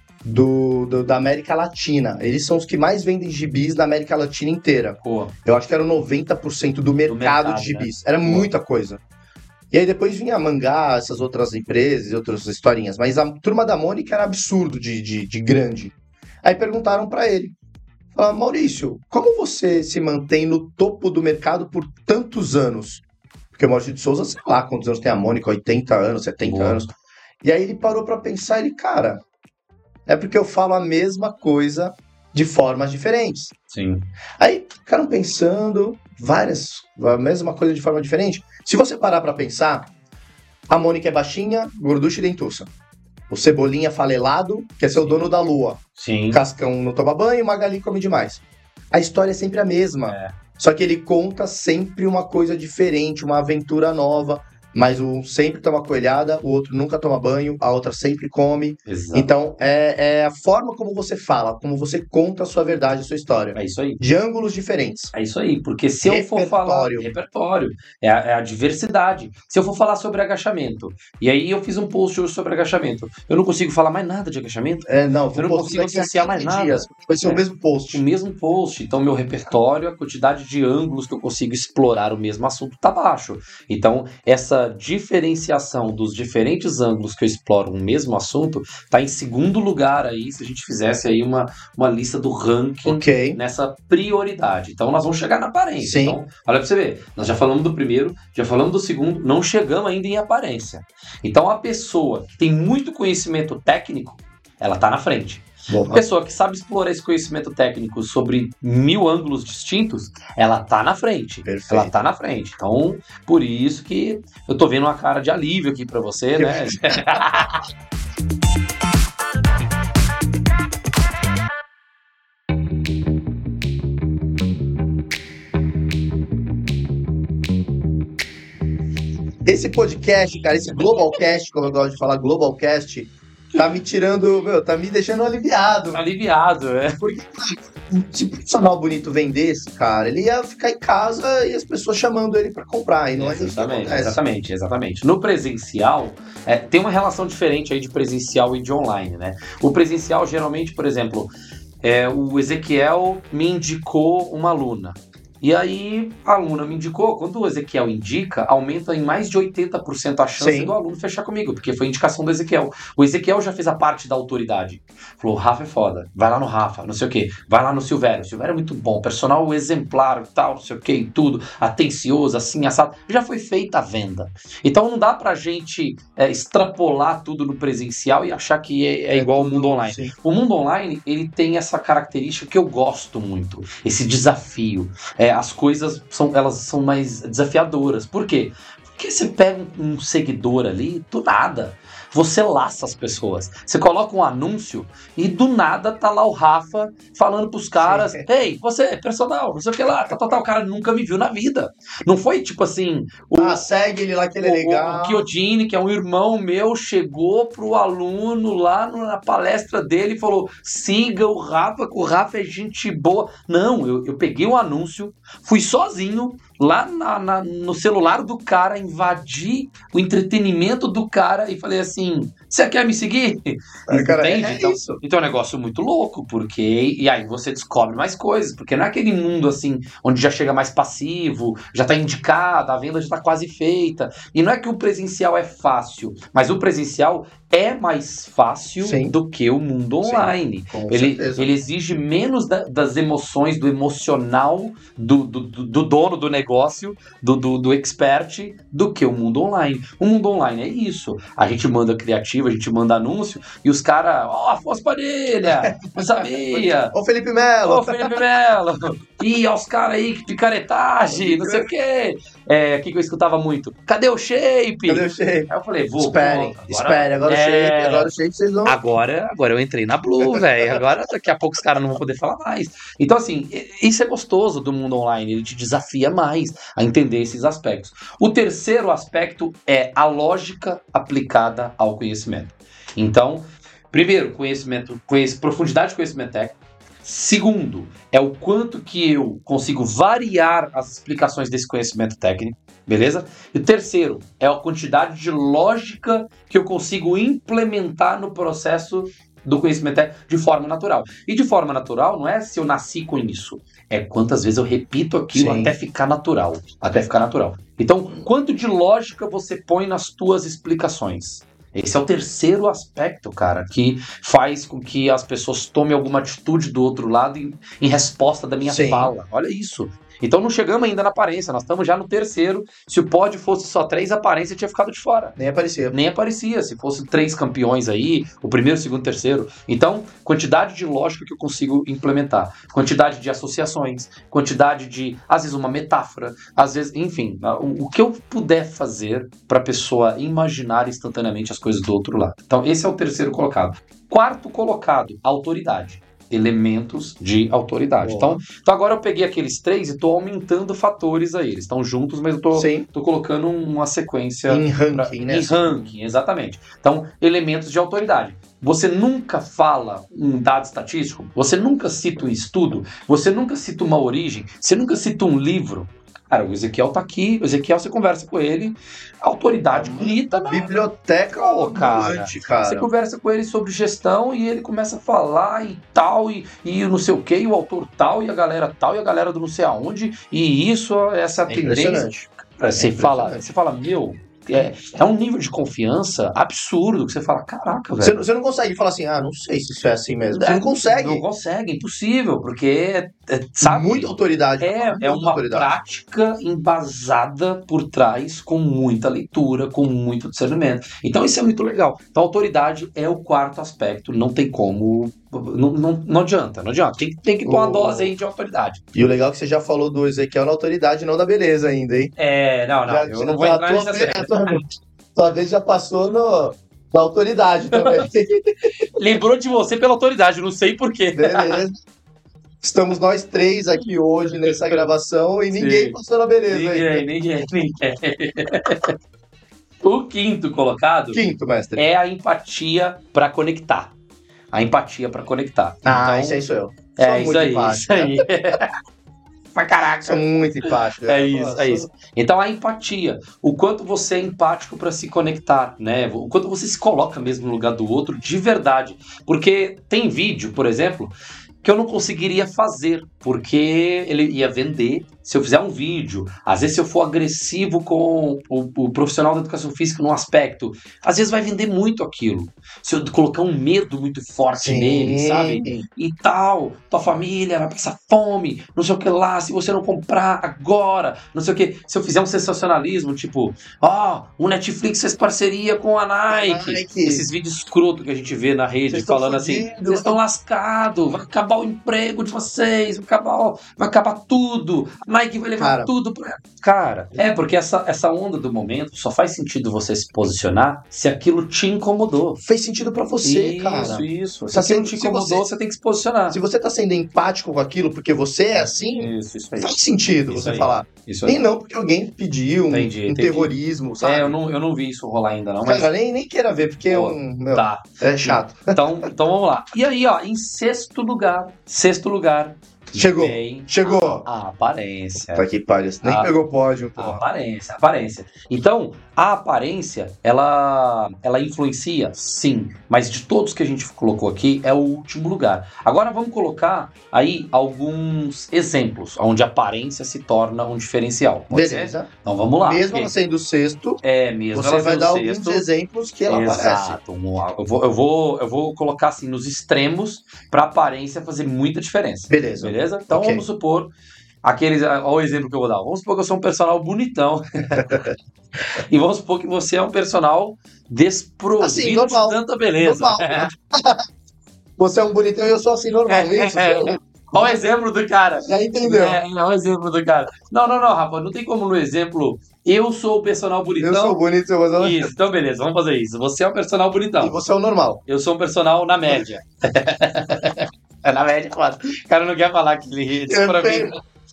do, do, da América Latina. Eles são os que mais vendem gibis na América Latina inteira. Pô. Eu acho que era noventa por cento do mercado, do mercado de gibis. Né? Era Pô. muita coisa. E aí depois vinha a Mangá, essas outras empresas, outras historinhas. Mas a turma da Mônica era absurdo de, de, de grande. Aí perguntaram pra ele. Falaram, Maurício, como você se mantém no topo do mercado por tantos anos? Porque o Maurício de Souza, sei lá quantos anos tem a Mônica, oitenta anos, setenta Boa. anos. E aí ele parou pra pensar, ele, cara, é porque eu falo a mesma coisa de formas diferentes. Sim. Aí ficaram pensando várias, a mesma coisa de forma diferente. Se você parar pra pensar, a Mônica é baixinha, gorducha e dentuça. O Cebolinha falelado, que é seu Sim. dono da lua. Sim. Cascão não toma banho, Magali come demais. A história é sempre a mesma. É. Só que ele conta sempre uma coisa diferente, uma aventura nova. Mas um sempre toma coelhada, o outro nunca toma banho, a outra sempre come. Exato. Então, é, é a forma como você fala, como você conta a sua verdade, a sua história. É isso aí. De ângulos diferentes. É isso aí, porque se eu for falar... Repertório. É a, é a diversidade. Se eu for falar sobre agachamento, e aí eu fiz um post hoje sobre agachamento, eu não consigo falar mais nada de agachamento? É, não. Eu não consigo associar mais nada. Dias, vai ser é. o mesmo post. O mesmo post. Então, meu repertório, a quantidade de ângulos que eu consigo explorar o mesmo assunto tá baixo. Então, essa diferenciação dos diferentes ângulos que eu exploro um mesmo assunto está em segundo lugar aí, se a gente fizesse aí uma, uma lista do ranking okay. nessa prioridade. Então nós vamos chegar na aparência. Sim. Então, olha pra você ver, nós já falamos do primeiro, já falamos do segundo, não chegamos ainda em aparência. Então a pessoa que tem muito conhecimento técnico, ela tá na frente. Boa. A pessoa que sabe explorar esse conhecimento técnico sobre mil ângulos distintos, ela tá na frente. Perfeito. Ela tá na frente. Então, por isso que eu tô vendo uma cara de alívio aqui pra você, né? Esse podcast, cara, esse Globalcast, como eu gosto de falar, Globalcast, tá me tirando, meu, tá me deixando aliviado. Aliviado, é. Porque se o profissional bonito vendesse, cara, ele ia ficar em casa e as pessoas chamando ele pra comprar. E não é isso que acontece. Exatamente, exatamente. No presencial, é, tem uma relação diferente aí de presencial e de online, né? O presencial, geralmente, por exemplo, é, o Ezequiel me indicou uma aluna. E aí, a aluna me indicou, quando o Ezequiel indica, aumenta em mais de oitenta por cento a chance Sim. do aluno fechar comigo, porque foi indicação do Ezequiel. O Ezequiel já fez a parte da autoridade. Falou, o Rafa é foda, vai lá no Rafa, não sei o quê, vai lá no Silvério, o Silvério é muito bom, personal exemplar e tal, não sei o quê e tudo, atencioso, assim, assado. Já foi feita a venda. Então não dá pra gente é, extrapolar tudo no presencial e achar que é, é, é igual ao mundo online. Sim. O mundo online, ele tem essa característica que eu gosto muito, esse desafio. É, as coisas são, elas são mais desafiadoras. Por quê? Porque você pega um, um seguidor ali, do nada, você laça as pessoas. Você coloca um anúncio e do nada tá lá o Rafa falando pros caras, ei, hey, você é personal, não sei o que lá, tá, tá, tá, o cara nunca me viu na vida. Não foi tipo assim... O, ah, segue ele lá que ele é legal. O Chiodini, que é um irmão meu, chegou pro aluno lá na palestra dele e falou, siga o Rafa, que o Rafa é gente boa. Não, eu, eu peguei o anúncio, fui sozinho, lá na, na, no celular do cara, invadi o entretenimento do cara e falei assim, você quer me seguir? Ah, cara, entende? é então, isso. então é um negócio muito louco, porque e aí você descobre mais coisas, porque não é aquele mundo assim, onde já chega mais passivo, já tá indicado, a venda já tá quase feita, e não é que o presencial é fácil, mas o presencial é mais fácil Sim. do que o mundo online. Sim, ele, ele exige menos da, das emoções, do emocional do, do, do dono do negócio, do, do, do expert, do que o mundo online. O mundo online é isso. A gente manda criativo, a gente manda anúncio, e os caras, ó, oh, Afonso Padilha, não sabia. Ô Felipe Melo. Ô Felipe Melo. Ih, ó os caras aí, que picaretagem, não sei o quê. é, o que, que eu escutava muito? Cadê o shape? Cadê o shape? Aí eu falei, vou. Esperem, agora, esperem, agora é... o shape, agora o shape vocês vão... Agora, agora eu entrei na Blue, velho. Agora daqui a pouco os caras não vão poder falar mais. Então, assim, isso é gostoso do mundo online. Ele te desafia mais a entender esses aspectos. O terceiro aspecto é a lógica aplicada ao conhecimento. Então, primeiro, conhecimento, conhece, profundidade de conhecimento técnico. Segundo, é o quanto que eu consigo variar as explicações desse conhecimento técnico, beleza? E o terceiro, é a quantidade de lógica que eu consigo implementar no processo do conhecimento técnico de forma natural. E de forma natural não é se eu nasci com isso, é quantas vezes eu repito aquilo Sim. até ficar natural, até ficar natural. Então, quanto de lógica você põe nas tuas explicações? Esse é o terceiro aspecto, cara, que faz com que as pessoas tomem alguma atitude do outro lado em, em resposta da minha Sim. fala. Olha isso. Então não chegamos ainda na aparência, nós estamos já no terceiro. Se o pódio fosse só três aparências, tinha ficado de fora. Nem aparecia. Nem aparecia, se fosse três campeões aí, o primeiro, o segundo, o terceiro. Então, quantidade de lógica que eu consigo implementar. Quantidade de associações, quantidade de, às vezes, uma metáfora, às vezes, enfim, o, o que eu puder fazer para a pessoa imaginar instantaneamente as coisas do outro lado. Então, esse é o terceiro colocado. Quarto colocado, autoridade. Elementos de autoridade. Então, então, agora eu peguei aqueles três e estou aumentando fatores aí. Eles estão juntos, mas eu estou colocando uma sequência... Em ranking, pra, né? Em ranking, exatamente. Então, elementos de autoridade. Você nunca fala um dado estatístico, você nunca cita um estudo, você nunca cita uma origem, você nunca cita um livro. Cara, o Ezequiel tá aqui, o Ezequiel, você conversa com ele, a autoridade grita na biblioteca, oh, cara. cara. Você conversa com ele sobre gestão e ele começa a falar e tal, e, e não sei o que, e o autor tal, e a galera tal, e a galera do não sei aonde, e isso, essa é tendência. Cara, você, é fala, você fala, meu... É, é um nível de confiança absurdo que você fala, caraca, velho. Você, você não consegue falar assim, ah, não sei se isso é assim mesmo. Você é, não consegue. Não consegue, é impossível, porque, é, sabe? Muita autoridade. É, muita é uma autoridade. prática embasada por trás, com muita leitura, com muito discernimento. Então isso é muito legal. Então a autoridade é o quarto aspecto, não tem como... Não, não, não adianta, não adianta. Tem, tem que pôr uma O... dose aí de autoridade. E o legal é que você já falou do Ezequiel na autoridade, não da beleza ainda, hein? É, não, não. Já, eu não vou entrar nessa vez, tua, tua vez já passou no, na autoridade também. Lembrou de você pela autoridade, não sei porquê. Beleza. Estamos nós três aqui hoje nessa gravação e ninguém Sim. passou na beleza. Ninguém, ainda. ninguém, ninguém. O quinto colocado quinto, mestre. é a empatia para conectar. A empatia para conectar. Ah, então, isso aí sou eu. É sou isso aí, isso aí. Mas caraca. Sou muito empático. É isso, é isso. Então a empatia, o quanto você é empático para se conectar, né? O quanto você se coloca mesmo no lugar do outro de verdade. Porque tem vídeo, por exemplo, que eu não conseguiria fazer, porque ele ia vender. Se eu fizer um vídeo, às vezes se eu for agressivo com o, o profissional da educação física num aspecto, às vezes vai vender muito aquilo. Se eu colocar um medo muito forte Sim. nele, sabe? E tal, tua família vai passar fome, não sei o que lá, se você não comprar agora, não sei o que. Se eu fizer um sensacionalismo, tipo, ó, oh, o Netflix fez parceria com a Nike. Nike. Esses vídeos escroto que a gente vê na rede vocês falando assim, vocês estão lascados, vai acabar o emprego de vocês, vai acabar, vai acabar tudo. Nike vai levar cara, tudo pra... Cara, é porque essa, essa onda do momento só faz sentido você se posicionar se aquilo te incomodou. Fez sentido pra você, isso, cara. Isso, isso. Se aquilo te incomodou, você, você tem que se posicionar. Se você tá sendo empático com aquilo porque você é assim, isso, isso aí. Faz sentido isso você aí. falar. Isso aí. Nem não porque alguém pediu um, entendi, um entendi. terrorismo, sabe? É, eu não, eu não vi isso rolar ainda não. Cara, mas... nem, nem queira ver, porque Pô, um, meu, tá. é chato. Então, então vamos lá. E aí, ó, em sexto lugar, sexto lugar, Chegou, Vem chegou. A, a aparência. Tá aqui, pariu. Nem a, pegou pódio, pô. A aparência, a aparência. Então, a aparência, ela, ela influencia, sim. Mas de todos que a gente colocou aqui, é o último lugar. Agora vamos colocar aí alguns exemplos, onde a aparência se torna um diferencial. Pode Beleza. Ser? Então vamos lá. Mesmo ela sendo o sexto, é, mesmo você ela vai sendo dar sexto, alguns exemplos que ela Exato. aparece. Eu vou, eu, vou, eu vou colocar assim nos extremos para a aparência fazer muita diferença. Beleza. Beleza? Então okay. vamos supor, aqueles, olha o exemplo que eu vou dar. Vamos supor que eu sou um personal bonitão. E vamos supor que você é um personal desprovido assim, normal, de tanta beleza. Normal. Você é um bonitão e eu sou assim, normal. É, isso, é, Olha o exemplo do cara. Já entendeu. É, olha o exemplo do cara. Não, não, não, Rafa, não tem como no exemplo, eu sou o personal bonitão. Eu sou bonito, seu personal. Isso, então beleza, vamos fazer isso. Você é o personal bonitão. E você é o normal. Eu sou um personal na média. É na média, claro. O cara não quer falar que ele disse pra mim.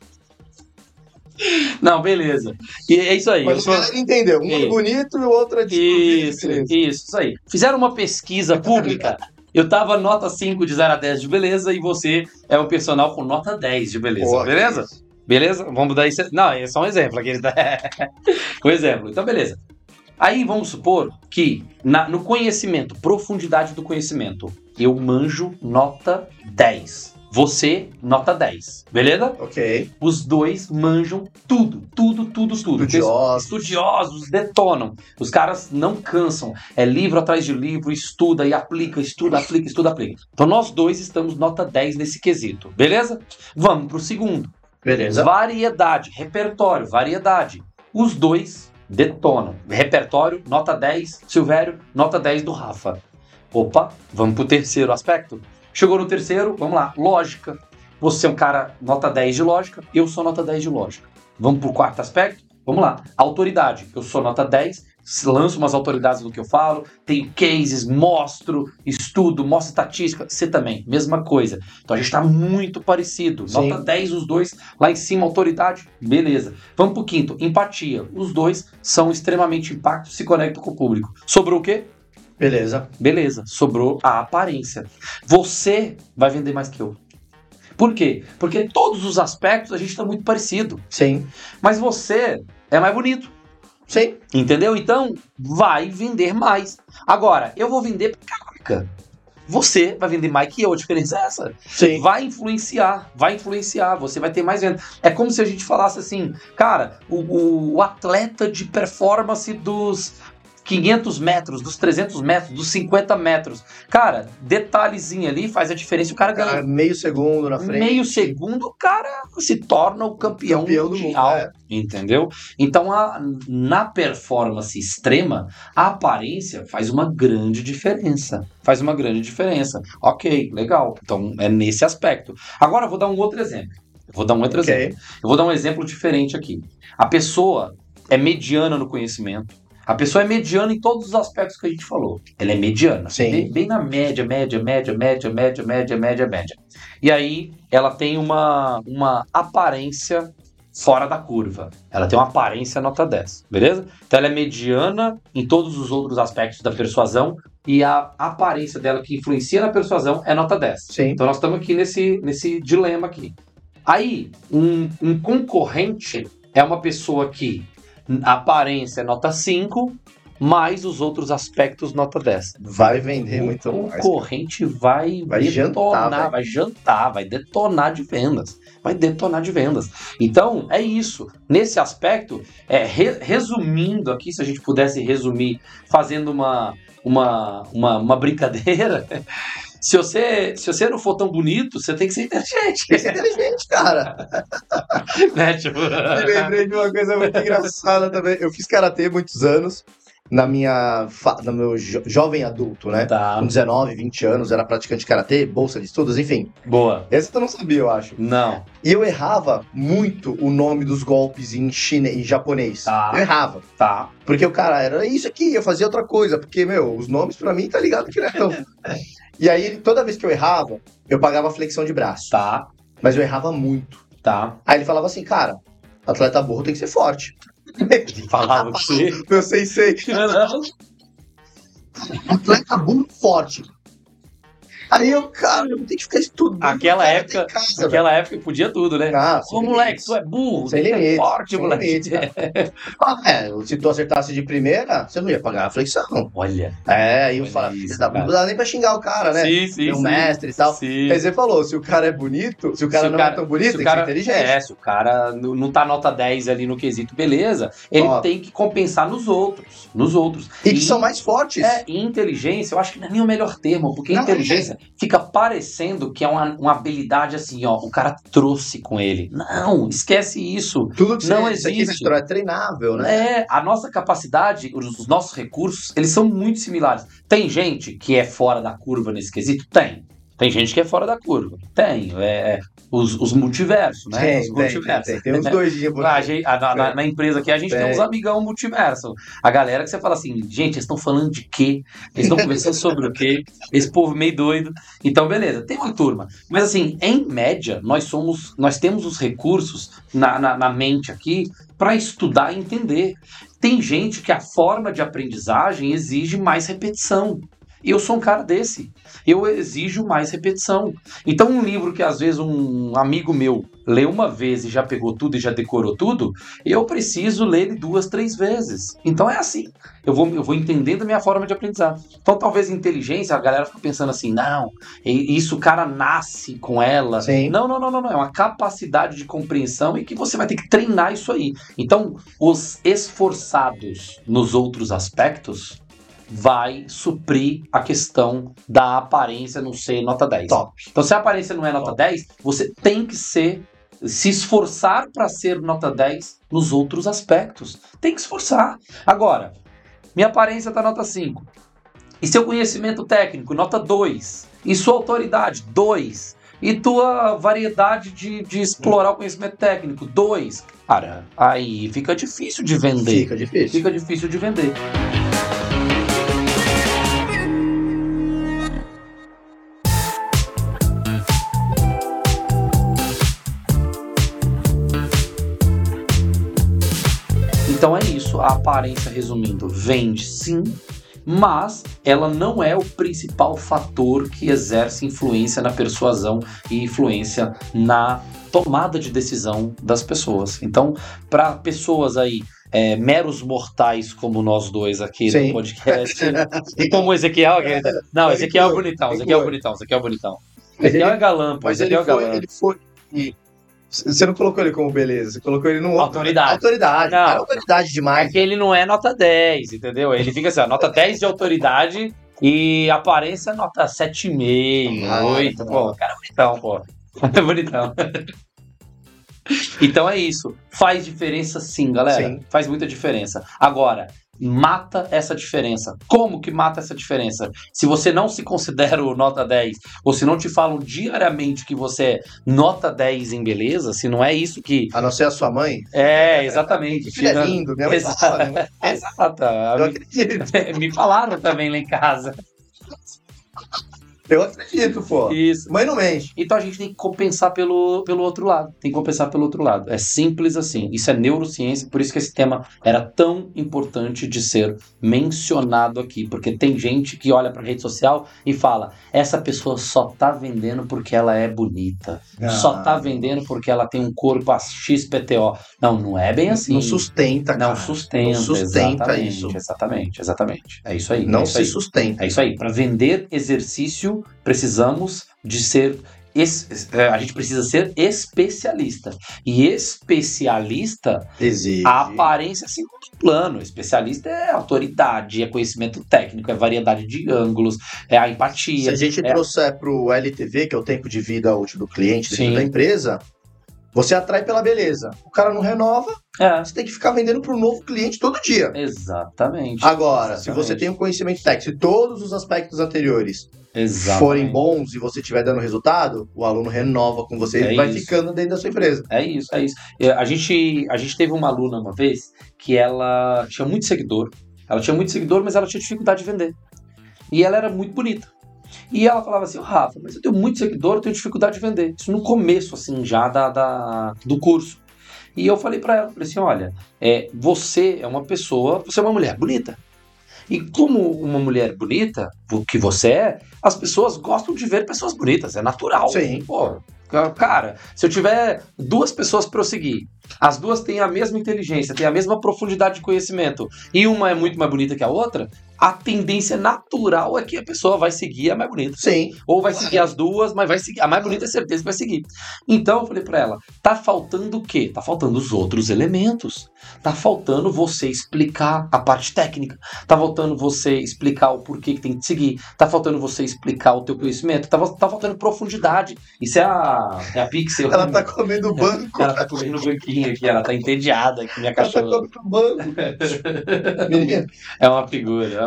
Não, beleza. E é isso aí. Mas eu o sou... cara entendeu. Um Ei. é bonito e o outro é de Isso, isso, isso aí. Fizeram uma pesquisa pública. Eu tava nota cinco de zero a dez de beleza e você é um personal com nota dez de beleza. Pô, beleza? Beleza? Vamos dar isso. Não, é só um exemplo aqui. Um exemplo. Então, beleza. Aí vamos supor que na, no conhecimento, profundidade do conhecimento, eu manjo nota dez. Você, nota dez. Beleza? Ok. Os dois manjam tudo, tudo, tudo, tudo. Estudiosos. Estudiosos, detonam. Os caras não cansam. É livro atrás de livro, estuda e aplica, estuda, aplica, estuda, aplica. Então nós dois estamos nota dez nesse quesito. Beleza? Vamos pro segundo. Beleza. Variedade, repertório, variedade. Os dois detonam. Repertório, nota dez. Silvério, nota dez do Rafa. Opa, vamos pro terceiro aspecto. Chegou no terceiro, vamos lá, lógica. Você é um cara nota dez de lógica, eu sou nota dez de lógica. Vamos pro quarto aspecto? Vamos lá, autoridade. Eu sou nota dez, lanço umas autoridades no que eu falo, tenho cases, mostro, estudo, mostro estatística. Você também, mesma coisa. Então a gente tá muito parecido. Sim. Nota dez os dois, lá em cima autoridade, beleza. Vamos pro quinto, empatia. Os dois são extremamente empáticos, se conectam com o público. Sobrou o quê? Beleza. Beleza, sobrou a aparência. Você vai vender mais que eu. Por quê? Porque em todos os aspectos a gente está muito parecido. Sim. Mas você é mais bonito. Sim. Entendeu? Então, vai vender mais. Agora, eu vou vender pra caraca. Você vai vender mais que eu. A diferença é essa. Sim. Vai influenciar, vai influenciar. Você vai ter mais venda. É como se a gente falasse assim, cara, o, o, o atleta de performance dos quinhentos metros, dos trezentos metros, dos cinquenta metros. Cara, detalhezinho ali faz a diferença e o cara ganha. Cara, meio segundo na frente. Meio segundo, o cara se torna o campeão, Campeão do mundial. mundo, é. Entendeu? Então, a, na performance extrema, a aparência faz uma grande diferença. Faz uma grande diferença. Ok, legal. Então, é nesse aspecto. Agora, eu vou dar um outro exemplo. Eu vou dar um outro Ok. exemplo. Eu vou dar um exemplo diferente aqui. A pessoa é mediana no conhecimento. A pessoa é mediana em todos os aspectos que a gente falou. Ela é mediana. Sim. Bem, bem na média, média, média, média, média, média, média, média. E aí, ela tem uma, uma aparência fora da curva. Ela tem uma aparência nota dez, beleza? Então, ela é mediana em todos os outros aspectos da persuasão e a aparência dela que influencia na persuasão é nota dez. Sim. Então, nós estamos aqui nesse, nesse dilema aqui. Aí, um, um concorrente é uma pessoa que a aparência é nota cinco, mais os outros aspectos nota dez. Vai vender muito O mais. concorrente vai, Vai detonar, jantar, vai. vai jantar, vai detonar de vendas. Vai detonar de vendas. Então, é isso. Nesse aspecto, é, re- resumindo aqui, se a gente pudesse resumir, fazendo uma, uma, uma, uma brincadeira... Se você, se você não for tão bonito, você tem que ser inteligente. Tem que ser inteligente, cara. Né, tipo... Me lembrei de uma coisa muito engraçada também. Eu fiz karatê muitos anos, na minha, fa... no meu jo- jovem adulto, né? Tá, Com dezenove, vinte anos, era praticante de karatê, bolsa de estudos, enfim. boa. Essa tu não sabia, eu acho. Não. E eu errava muito o nome dos golpes em chinês, em japonês. Tá. Eu errava. Tá. Porque o cara era isso aqui, eu fazia outra coisa. Porque, meu, os nomes pra mim, tá ligado que não é tão... E aí, toda vez que eu errava, eu pagava flexão de braço. Tá. Mas eu errava muito. Tá. Aí ele falava assim, cara, atleta burro tem que ser forte. Falava que você... Meu sensei, atleta burro forte. Aí eu, cara, eu tenho que ficar estudando. Aquela cara, época, em casa, aquela época podia tudo, né? Ah, Ô, moleque, tu é burro, Sem tu é limites, forte, sem moleque. limites, Ah, é, se tu acertasse de primeira, você não ia pagar a flexão. Olha. É, aí eu Olha falava, isso, filho da cara. puta, não dá nem pra xingar o cara, né? Sim, sim, Meu sim. mestre e tal. Sim. Aí você falou, se o cara é bonito, se o cara Se o não cara- é tão bonito, se o tem cara, que ser inteligente. É, se o cara não não tá nota dez ali no quesito, beleza, ele Ó. tem que compensar nos outros, nos outros. E que são mais fortes. É, e inteligência, eu acho que não é nem o melhor termo, porque Não, inteligência fica parecendo que é uma, uma habilidade assim, ó, o cara trouxe com ele. Não, esquece isso. Tudo que Não você, isso aqui, existe. Vitor, é treinável, né? É, a nossa capacidade, os, os nossos recursos, eles são muito similares. Tem gente que é fora da curva nesse quesito? Tem. Tem gente que é fora da curva. Tem. É, os, os multiversos, né? Tem, os tem, multiversos. tem, tem, tem uns dois dias por Na, aí. na, na, na empresa aqui, a gente tem. tem uns amigão multiverso. A galera que você fala assim, gente, eles estão falando de quê? Eles estão conversando sobre o quê? Esse povo meio doido. Então, beleza, tem uma turma. Mas assim, em média, nós somos, nós temos os recursos na, na, na mente aqui para estudar e entender. Tem gente que a forma de aprendizagem exige mais repetição. Eu sou um cara desse. Eu exijo mais repetição. Então, um livro que às vezes um amigo meu lê uma vez e já pegou tudo e já decorou tudo, eu preciso ler ele duas, três vezes. Então é assim. Eu vou, eu vou entendendo a minha forma de aprendizar. Então, talvez inteligência, a galera fica pensando assim, não, isso o cara nasce com ela. Sim. Não, não, não, não, não. É uma capacidade de compreensão e que você vai ter que treinar isso aí. Então, os esforçados nos outros aspectos vai suprir a questão da aparência não ser nota dez. Top. Então, se a aparência não é nota Top. dez, você tem que ser, se esforçar para ser nota dez nos outros aspectos. Tem que esforçar. Agora, minha aparência tá nota cinco. E seu conhecimento técnico, nota dois. E sua autoridade, dois. E tua variedade de, de explorar o conhecimento técnico, dois. Cara, aí fica difícil de vender. Fica difícil. Fica difícil de vender. Então é isso, a aparência, resumindo, vende sim, mas ela não é o principal fator que exerce influência na persuasão e influência na tomada de decisão das pessoas. Então, para pessoas aí, é, meros mortais como nós dois aqui sim. no podcast, e como o Ezequiel, não, Ezequiel é bonitão, Ezequiel é bonitão, Ezequiel é bonitão. Ezequiel é galã, pô, Ezequiel é galã. Ele foi... Você não colocou ele como beleza, você colocou ele no... Autoridade. Autoridade, não, cara, autoridade demais. É que ele não é nota dez, entendeu? Ele fica assim, ó, nota dez de autoridade e aparência nota sete vírgula cinco, ah, oito, pô, cara é bonitão, pô. É bonitão. Então é isso. Faz diferença sim, galera. Sim. Faz muita diferença. Agora, mata essa diferença. Como que mata essa diferença? Se você não se considera o nota dez, ou se não te falam diariamente que você é nota dez em beleza, se não é isso que... A não ser a sua mãe? É, exatamente. Filho é lindo, minha mãe Exato. fala, né? Exato. Eu acredito. Me falaram também lá em casa. Eu acredito, pô. Isso. Mãe não mente. Então a gente tem que compensar pelo, pelo outro lado. Tem que compensar pelo outro lado. É simples assim. Isso é neurociência, por isso que esse tema era tão importante de ser mencionado aqui. Porque tem gente que olha pra rede social e fala, essa pessoa só tá vendendo porque ela é bonita. Ah. Só tá vendendo porque ela tem um corpo a X P T O. Não, não é bem assim. Não sustenta, cara. Não sustenta. Não sustenta exatamente, isso. Exatamente, exatamente. É isso aí. Não é isso se aí. sustenta. É isso aí. Pra vender exercício, precisamos de ser, a gente precisa ser especialista. E especialista, exige. A aparência é segundo plano. Especialista é autoridade, é conhecimento técnico, é variedade de ângulos, é a empatia. Se a gente é... trouxer para o L T V, que é o tempo de vida útil do cliente dentro Sim. da empresa, você atrai pela beleza. O cara não renova, é. Você tem que ficar vendendo para um novo cliente todo dia. Exatamente. Agora, Exatamente. se você tem um conhecimento técnico, se todos os aspectos anteriores Exatamente. forem bons e você estiver dando resultado, o aluno renova com você é e vai isso. ficando dentro da sua empresa. É isso, é isso. A gente, a gente teve uma aluna uma vez que ela tinha muito seguidor. Ela tinha muito seguidor, mas ela tinha dificuldade de vender. E ela era muito bonita. E ela falava assim, oh, Rafa, mas eu tenho muito seguidor, eu tenho dificuldade de vender. Isso no começo, assim, já da, da, do curso. E eu falei pra ela, falei assim, olha, é, você é uma pessoa, você é uma mulher bonita. E como uma mulher bonita, o que você é, as pessoas gostam de ver pessoas bonitas, é natural. Sim. Pô, cara, se eu tiver duas pessoas para eu seguir, as duas têm a mesma inteligência, têm a mesma profundidade de conhecimento, e uma é muito mais bonita que a outra, a tendência natural é que a pessoa vai seguir a mais bonita. Sim. Ou vai seguir as duas, mas vai seguir. A mais bonita é certeza que vai seguir. Então eu falei pra ela, tá faltando o quê? Tá faltando os outros elementos. Tá faltando você explicar a parte técnica. Tá faltando você explicar o porquê que tem que seguir. Tá faltando você explicar o teu conhecimento. Tá, tá faltando profundidade. Isso é a, é a Pixel. Ela tá comendo o banco. Ela tá comendo o banquinho aqui. Ela tá entediada aqui, minha cachorra. Ela tá comendo o banco. É uma figura.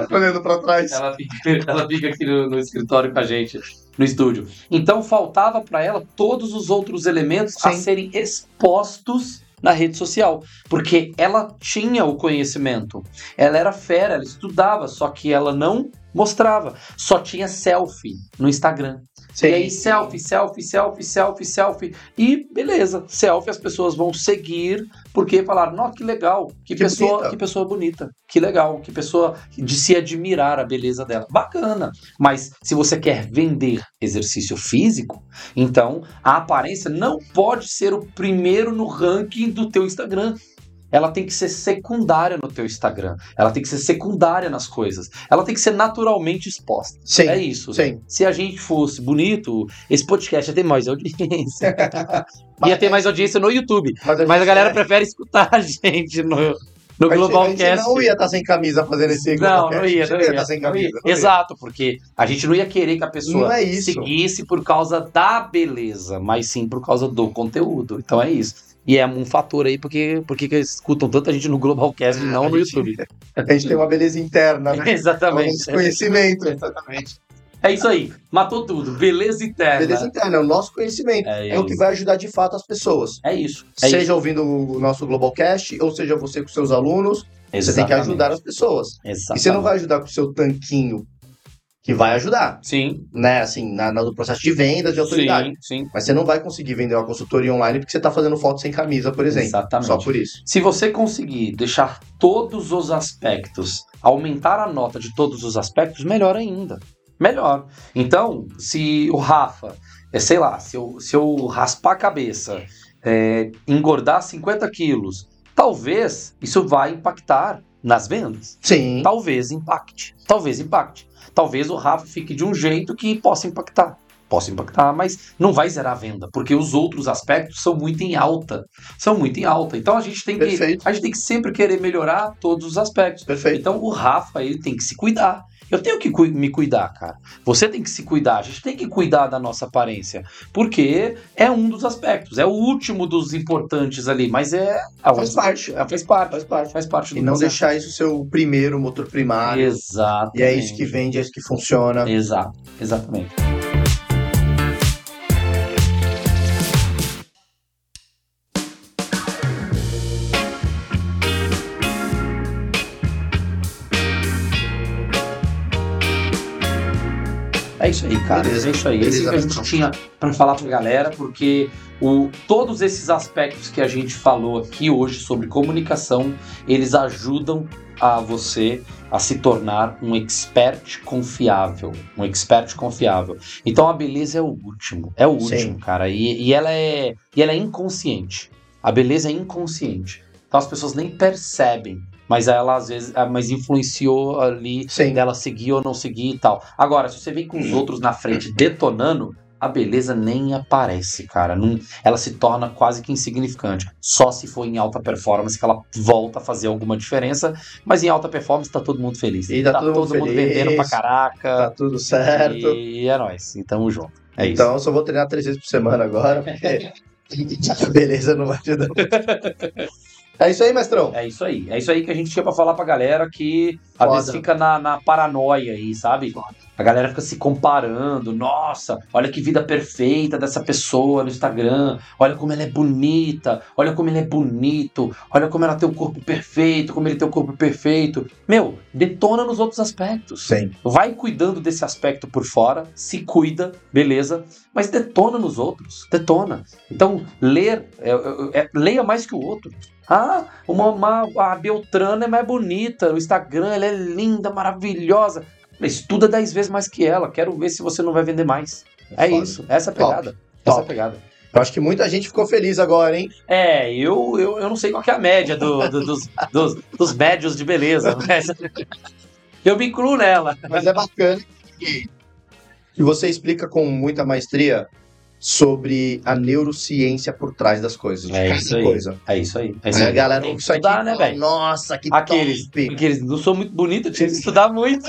ela fica, olhando pra trás. ela fica, ela fica aqui no, no escritório com a gente, no estúdio. Então faltava para ela todos os outros elementos Sim. a serem expostos na rede social, porque ela tinha o conhecimento, ela era fera, ela estudava, só que ela não mostrava, só tinha selfie no Instagram. Sim. E aí selfie, selfie, selfie, selfie, selfie, e beleza, selfie as pessoas vão seguir, porque falaram, nossa, que legal, que, que pessoa bonita. que pessoa bonita, que legal, que pessoa de se admirar a beleza dela, bacana, mas se você quer vender exercício físico, então a aparência não pode ser o primeiro no ranking do teu Instagram. Ela tem que ser secundária no teu Instagram. Ela tem que ser secundária nas coisas. Ela tem que ser naturalmente exposta. Sim, é isso. Sim. Se a gente fosse bonito, esse podcast ia ter mais audiência. Ia ter mais audiência no YouTube. Mas a, Mas a galera é... prefere escutar a gente no, no Globalcast. A gente não ia estar sem camisa fazendo esse Globalcast. Não, não ia. Não ia, ia estar sem camisa. Não ia. Exato, porque a gente não ia querer que a pessoa é seguisse por causa da beleza, mas sim por causa do conteúdo. Então é isso. E é um fator aí porque, porque escutam tanta gente no Globalcast e não no gente, YouTube. A gente tem uma beleza interna, né? Exatamente. Um conhecimento. Exatamente. É isso aí. Matou tudo. Beleza interna. Beleza interna, é o nosso conhecimento. É, é o que vai ajudar de fato as pessoas. É isso. É seja isso. ouvindo o nosso Globalcast, ou seja você com seus alunos. Exatamente. Você tem que ajudar as pessoas. Exatamente. E você não vai ajudar com o seu tanquinho, que vai ajudar. Sim. Né, assim, na, no processo de vendas, de autoridade. Sim, sim. Mas você não vai conseguir vender uma consultoria online porque você está fazendo foto sem camisa, por exemplo. Exatamente. Só por isso. Se você conseguir deixar todos os aspectos, aumentar a nota de todos os aspectos, melhor ainda. Melhor. Então, se o Rafa, é, sei lá, se eu, se eu raspar a cabeça, é, engordar cinquenta quilos, talvez isso vai impactar nas vendas. Sim. Talvez impacte. Talvez impacte. Talvez o Rafa fique de um jeito que possa impactar. Possa impactar, mas não vai zerar a venda, porque os outros aspectos são muito em alta. São muito em alta. Então a gente tem que, a gente tem que sempre querer melhorar todos os aspectos. Perfeito. Então o Rafa, ele tem que se cuidar. Eu tenho que cu- me cuidar, cara. Você tem que se cuidar. A gente tem que cuidar da nossa aparência. Porque é um dos aspectos. É o último dos importantes ali. Mas é... Faz parte. É, faz parte. Faz parte. Faz parte do E não processo. deixar isso ser o primeiro motor primário. Exatamente. E é isso que vende, é isso que funciona. Exato. Exatamente. É isso aí, cara. Beleza, é isso aí. beleza, Esse que a gente tinha para falar pra galera, porque o, todos esses aspectos que a gente falou aqui hoje sobre comunicação, eles ajudam a você a se tornar um expert confiável. Um expert confiável. Então a beleza é o último. É o último, Sim. cara. E, e, ela é, e ela é inconsciente. A beleza é inconsciente. Então as pessoas nem percebem. Mas ela, às vezes, mas influenciou ali Sim. dela seguir ou não seguir e tal. Agora, se você vem com os outros na frente detonando, a beleza nem aparece, cara. Não, ela se torna quase que insignificante. Só se for em alta performance que ela volta a fazer alguma diferença. Mas em alta performance tá todo mundo feliz. E tá, tá todo, todo mundo, mundo feliz, vendendo pra caraca. Tá tudo certo. E é nóis. E tamo junto. É então isso. eu só vou treinar três vezes por semana agora, porque a beleza não vai ajudar. É isso aí, mestrão. É isso aí. É isso aí que a gente tinha pra falar pra galera que às Foda. vezes fica na, na paranoia aí, sabe? A galera fica se comparando. Nossa, olha que vida perfeita dessa pessoa no Instagram. Olha como ela é bonita. Olha como ele é bonito. Olha como ela tem o corpo perfeito. Como ele tem o corpo perfeito. Meu, detona nos outros aspectos. Sim. Vai cuidando desse aspecto por fora. Se cuida, beleza. Mas detona nos outros. Detona. Então, ler, é, é, é, leia mais que o outro. Ah, uma, uma, a Beltrana é mais bonita. O Instagram, ela é linda, maravilhosa. Estuda dez vezes mais que ela. Quero ver se você não vai vender mais. É, é isso. Essa é a pegada. Top. Essa Top. é a pegada. Eu acho que muita gente ficou feliz agora, hein? É, eu, eu, eu não sei qual que é a média do, do, dos, dos, dos médios de beleza. Mas eu me incluo nela. Mas é bacana que você explica com muita maestria sobre a neurociência por trás das coisas. É isso aí. Coisa. É isso aí. É isso aí. A galera tem que isso aqui, estudar, né, velho? Nossa, que Aqueles, top. aqueles não sou muito bonito, eu tinha que estudar muito.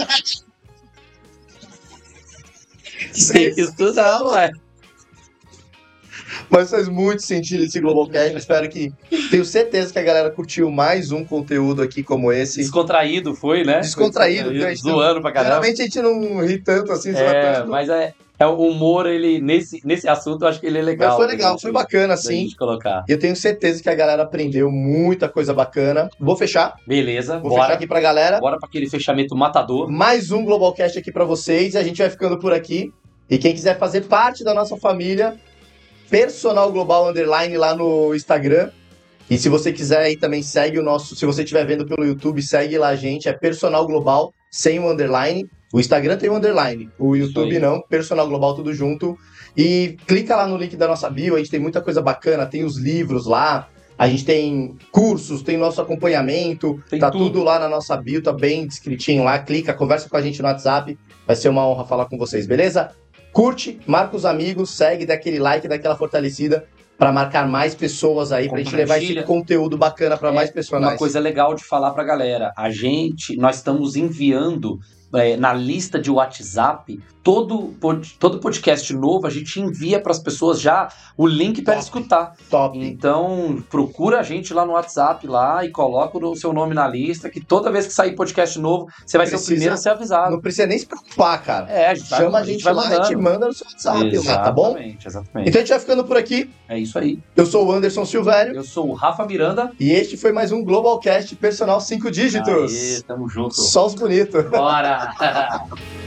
Tem que estudar, ué. Mas faz muito sentido esse Globalcast. Espero que Tenho certeza que a galera curtiu mais um conteúdo aqui como esse. Descontraído foi, né? Descontraído. Foi descontraído, Não, zoando pra caramba. geralmente a gente não ri tanto assim. É, tanto. mas é, é o humor, ele, nesse, nesse assunto, eu acho que ele é legal. Mas foi legal, gente, foi bacana, sim. Colocar. Eu tenho certeza que a galera aprendeu muita coisa bacana. Vou fechar. Beleza, Vou bora. fechar aqui pra galera. Bora pra aquele fechamento matador. Mais um Globalcast aqui pra vocês. A gente vai ficando por aqui. E quem quiser fazer parte da nossa família, Personal Global Underline lá no Instagram. E se você quiser aí também segue o nosso, se você estiver vendo pelo YouTube, segue lá a gente, é Personal Global, sem o underline. O Instagram tem o underline, o YouTube não, Personal Global tudo junto. E clica lá no link da nossa bio, a gente tem muita coisa bacana, tem os livros lá, a gente tem cursos, tem nosso acompanhamento, tem tá tudo. tudo lá na nossa bio, tá bem descritinho lá, clica, conversa com a gente no WhatsApp, vai ser uma honra falar com vocês, beleza? Curte, marca os amigos, segue, dá aquele like, dá aquela fortalecida para marcar mais pessoas aí, pra gente levar esse conteúdo bacana para é, mais pessoas. Uma coisa legal de falar pra galera, a gente, nós estamos enviando é, na lista de WhatsApp, todo, todo podcast novo, a gente envia para as pessoas já o link para escutar. Top. Então, procura a gente lá no WhatsApp lá e coloca o seu nome na lista, que toda vez que sair podcast novo, você vai precisa, ser o primeiro a ser avisado. Não precisa nem se preocupar, cara. É, a gente Chama vai, a gente, a gente lá mandando. e te manda no seu WhatsApp, exatamente, lá, tá bom? Exatamente, exatamente. Então a gente vai ficando por aqui. É isso aí. Eu sou o Anderson Silvério. Eu sou o Rafa Miranda. E este foi mais um Globalcast Personal cinco dígitos. Aê, tamo junto. Só os bonitos. Bora!